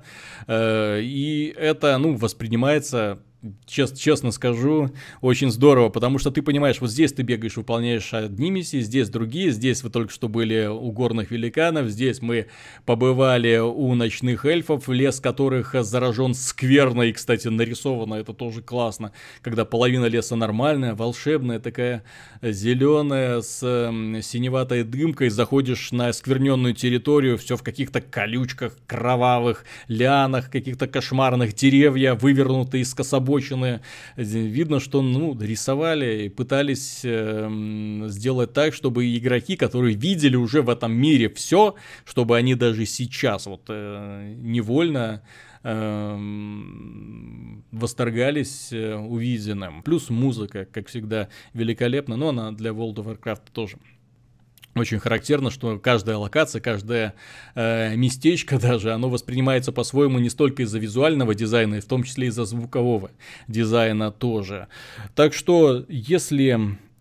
и это, ну, воспринимается... Честно скажу, очень здорово, потому что ты понимаешь, вот здесь ты бегаешь, выполняешь одни миссии, здесь другие, здесь вы только что были у горных великанов, здесь мы побывали у ночных эльфов, лес которых заражен скверно, и, кстати, нарисовано это тоже классно, когда половина леса нормальная, волшебная, такая зеленая, с синеватой дымкой, заходишь на оскверненную территорию, все в каких-то колючках, кровавых лианах, каких-то кошмарных, деревья вывернутые из скособочек, озабочены. Видно, что рисовали и пытались сделать так, чтобы игроки, которые видели уже в этом мире все, чтобы они даже сейчас невольно восторгались увиденным. Плюс музыка, как всегда, великолепна, но она для World of Warcraft тоже очень характерно, что каждая локация, каждое местечко даже, оно воспринимается по-своему не столько из-за визуального дизайна, и в том числе из-за звукового дизайна тоже. Так что, если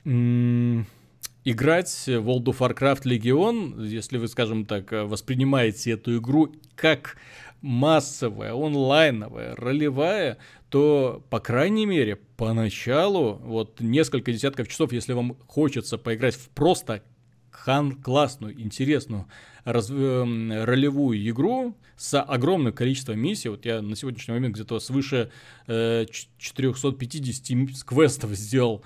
играть в World of Warcraft Legion, если вы, скажем так, воспринимаете эту игру как массовая, онлайновая, ролевая, то, по крайней мере, поначалу, несколько десятков часов, если вам хочется поиграть в просто классную, интересную ролевую игру с огромным количеством миссий, я на сегодняшний момент где-то свыше 450 квестов сделал,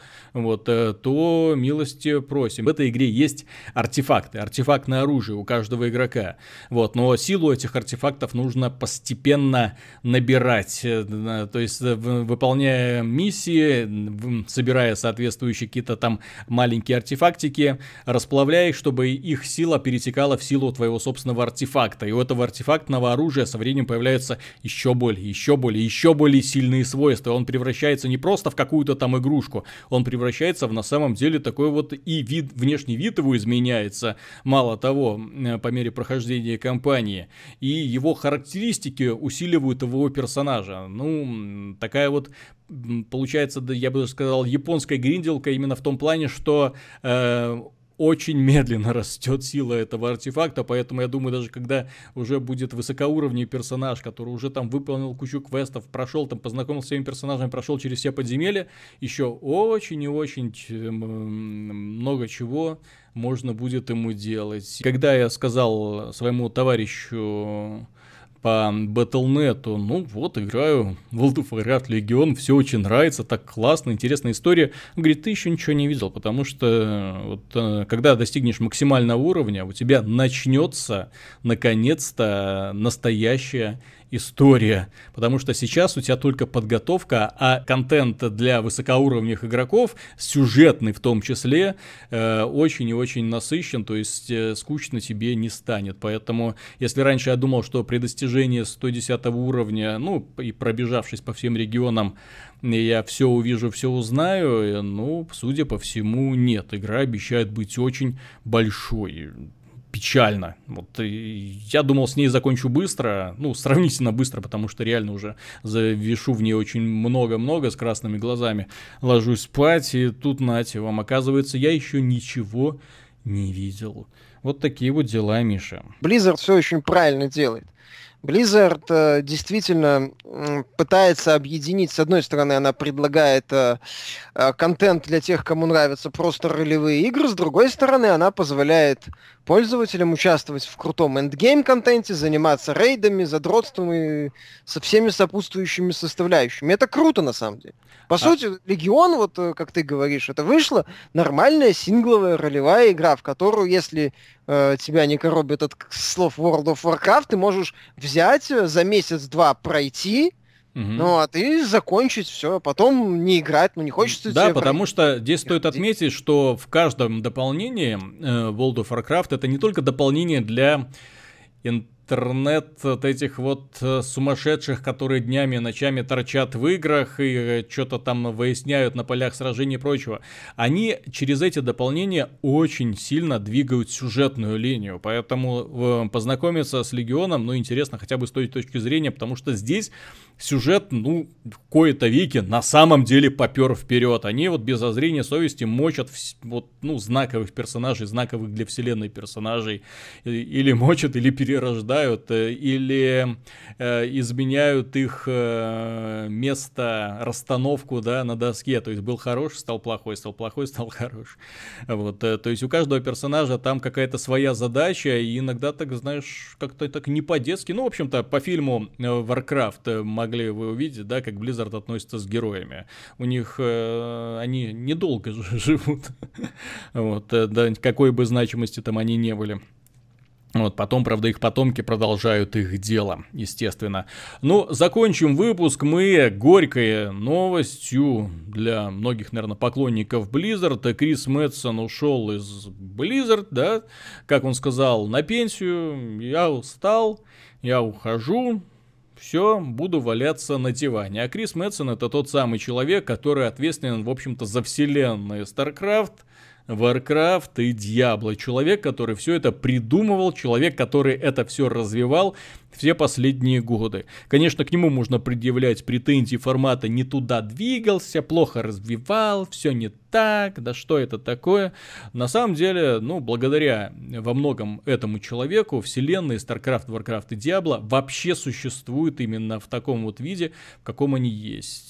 то милости просим. В этой игре есть артефакты, артефактное оружие у каждого игрока, но силу этих артефактов нужно постепенно набирать, то есть выполняя миссии, собирая соответствующие какие-то там маленькие артефактики, расплавляя их, чтобы их сила перетекала в силу твоего собственного артефакта, и у этого артефактного оружия со временем появляются еще более сильные свойства. Он превращается не просто в какую-то там игрушку, он превращается на самом деле такой и внешний вид его изменяется, мало того, по мере прохождения кампании, и его характеристики усиливают его персонажа. Такая получается, я бы даже сказал, японская гринделка именно в том плане, что очень медленно растет сила этого артефакта, поэтому я думаю, даже когда уже будет высокоуровневый персонаж, который уже там выполнил кучу квестов, прошел там, познакомился с своими персонажами, прошел через все подземелья, еще очень и очень много чего можно будет ему делать. Когда я сказал своему товарищу по Battle.net, играю в World of Warcraft Legion, все очень нравится, так классно, интересная история. Он говорит, ты еще ничего не видел, потому что когда достигнешь максимального уровня, у тебя начнется наконец-то настоящая история, потому что сейчас у тебя только подготовка, а контент для высокоуровневых игроков, сюжетный в том числе, очень и очень насыщен, то есть скучно тебе не станет. Поэтому, если раньше я думал, что при достижении 110 уровня, и пробежавшись по всем регионам, я все увижу, все узнаю, судя по всему, нет. Игра обещает быть очень большой. Печально. Я думал, с ней закончу быстро, сравнительно быстро, потому что реально уже завишу в ней очень много-много с красными глазами. Ложусь спать, и тут, нате вам, оказывается, я еще ничего не видел. Такие дела, Миша. Blizzard все очень правильно делает. Blizzard действительно пытается объединить, с одной стороны, она предлагает контент для тех, кому нравятся просто ролевые игры, с другой стороны, она позволяет пользователям участвовать в крутом эндгейм-контенте, заниматься рейдами, задротством и со всеми сопутствующими составляющими. Это круто, на самом деле. По сути, Легион, как ты говоришь, это вышла нормальная сингловая ролевая игра, в которую, если тебя не коробит от слов World of Warcraft, ты можешь взять за месяц-два пройти, и закончить все, а потом не играть, не хочется. Да, потому что здесь стоит отметить, что в каждом дополнении World of Warcraft это не только дополнение для интернет этих сумасшедших, которые днями и ночами торчат в играх и что-то там выясняют на полях сражений и прочего. Они через эти дополнения очень сильно двигают сюжетную линию, поэтому познакомиться с Легионом, интересно хотя бы с той точки зрения, потому что здесь сюжет, в кои-то веки на самом деле попер вперед. Они без зазрения совести мочат знаковых персонажей, знаковых для вселенной персонажей, или мочат, или перерождают, или изменяют их место, расстановку, на доске. То есть был хороший, стал плохой, стал плохой, стал хороший. То есть у каждого персонажа там какая-то своя задача, и иногда, так знаешь, как-то так не по-детски. В общем-то, по фильму Warcraft могли вы увидеть, как Blizzard относится с героями. У них они недолго живут. Какой бы значимости там они не были. Вот, потом, правда, их потомки продолжают их дело, естественно. Ну, закончим выпуск мы горькой новостью для многих, наверное, поклонников Blizzard. Крис Мэтсон ушел из Blizzard, да, как он сказал, на пенсию, я устал, я ухожу. Все, буду валяться на диване. А Крис Мэтсон — это тот самый человек, который ответственен, в общем-то, за вселенные StarCraft, Warcraft и Diablo. Человек, который все это придумывал, человек, который это все развивал все последние годы. Конечно, к нему можно предъявлять претензии формата «не туда двигался», «плохо развивал», «все не так», «да что это такое». На самом деле, ну, благодаря во многом этому человеку вселенные StarCraft, Warcraft и Diablo вообще существуют именно в таком вот виде, в каком они есть.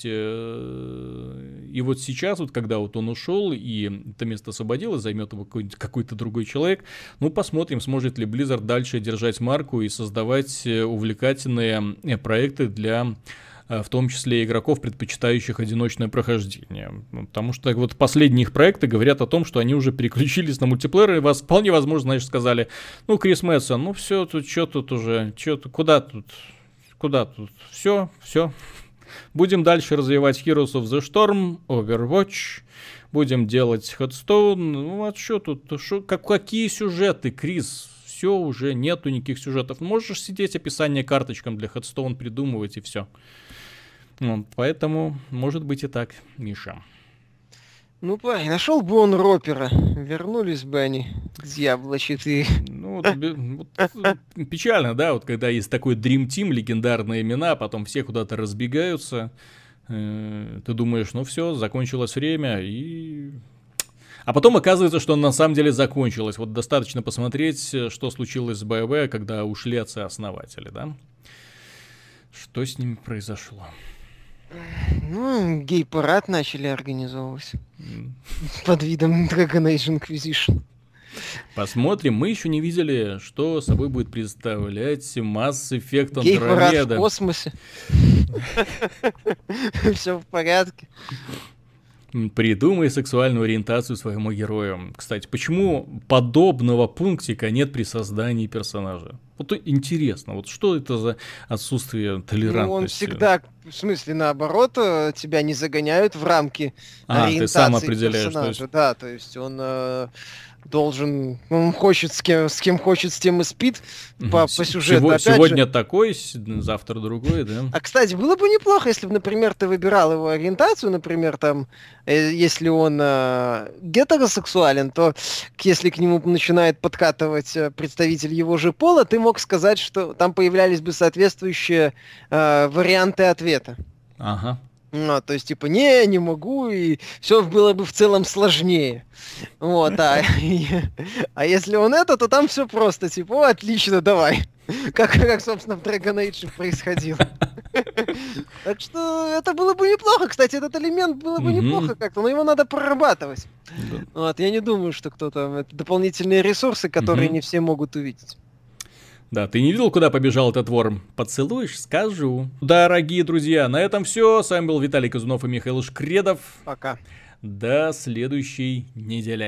И вот сейчас, вот когда вот он ушел и это место освободил, и займет его какой-то другой человек, ну, посмотрим, сможет ли Blizzard дальше держать марку и создавать увлекательные проекты для, в том числе, игроков, предпочитающих одиночное прохождение. Потому что вот последние их проекты говорят о том, что они уже переключились на мультиплеер, и вас вполне возможно, знаешь, сказали: ну, Крис Мэтсон, ну все, тут что тут уже, куда тут, все, будем дальше развивать Heroes of the Storm, Overwatch, будем делать Hearthstone, ну, вот что тут, какие сюжеты, Крис? Все, уже нету никаких сюжетов. Можешь сидеть, описание карточкам для Hearthstone придумывать, и все. Вот, поэтому, может быть и так, Миша. Ну, парень, нашел бы он Ропера. Вернулись бы они к Diablo 4. Ну, вот, печально, да, вот когда есть такой Dream Team, легендарные имена, потом все куда-то разбегаются. Ты думаешь, ну все, закончилось время, и... А потом оказывается, что на самом деле закончилось. Вот достаточно посмотреть, что случилось с BioWare, когда ушли отцы-основатели, да? Что с ними произошло? Ну, гей-парад начали организовывать. Под видом Dragon Age Inquisition. Посмотрим. Мы еще не видели, что собой будет представлять Mass Effect Andromeda. Гей-парад в космосе. Все в порядке. Придумай сексуальную ориентацию своему герою. Кстати, почему подобного пунктика нет при создании персонажа? Вот интересно, вот что это за отсутствие толерантности? Ну, он всегда, в смысле, наоборот, тебя не загоняют в рамки ориентации ты сам определяешь, персонажа. Да, то есть он должен, он хочет с кем хочет, с тем и спит по сюжету. Сегодня такой, завтра другой, да? А, кстати, было бы неплохо, если бы, например, ты выбирал его ориентацию, например, там, если он гетеросексуален, то если к нему начинает подкатывать представитель его же пола, ты мог сказать, что там появлялись бы соответствующие варианты ответа. Ага. Ну, то есть, типа, не могу, и все было бы в целом сложнее. Вот, а если он то там все просто, типа, отлично, давай. Как, собственно, в Dragon Age происходило. Так что это было бы неплохо. Кстати, этот элемент было бы неплохо как-то, но его надо прорабатывать. Вот, я не думаю, что кто-то... Это дополнительные ресурсы, которые не все могут увидеть. Да, ты не видел, куда побежал этот вор? Поцелуешь, скажу. Дорогие друзья, на этом все. С вами был Виталий Казунов и Михаил Шкредов. Пока. До следующей недели.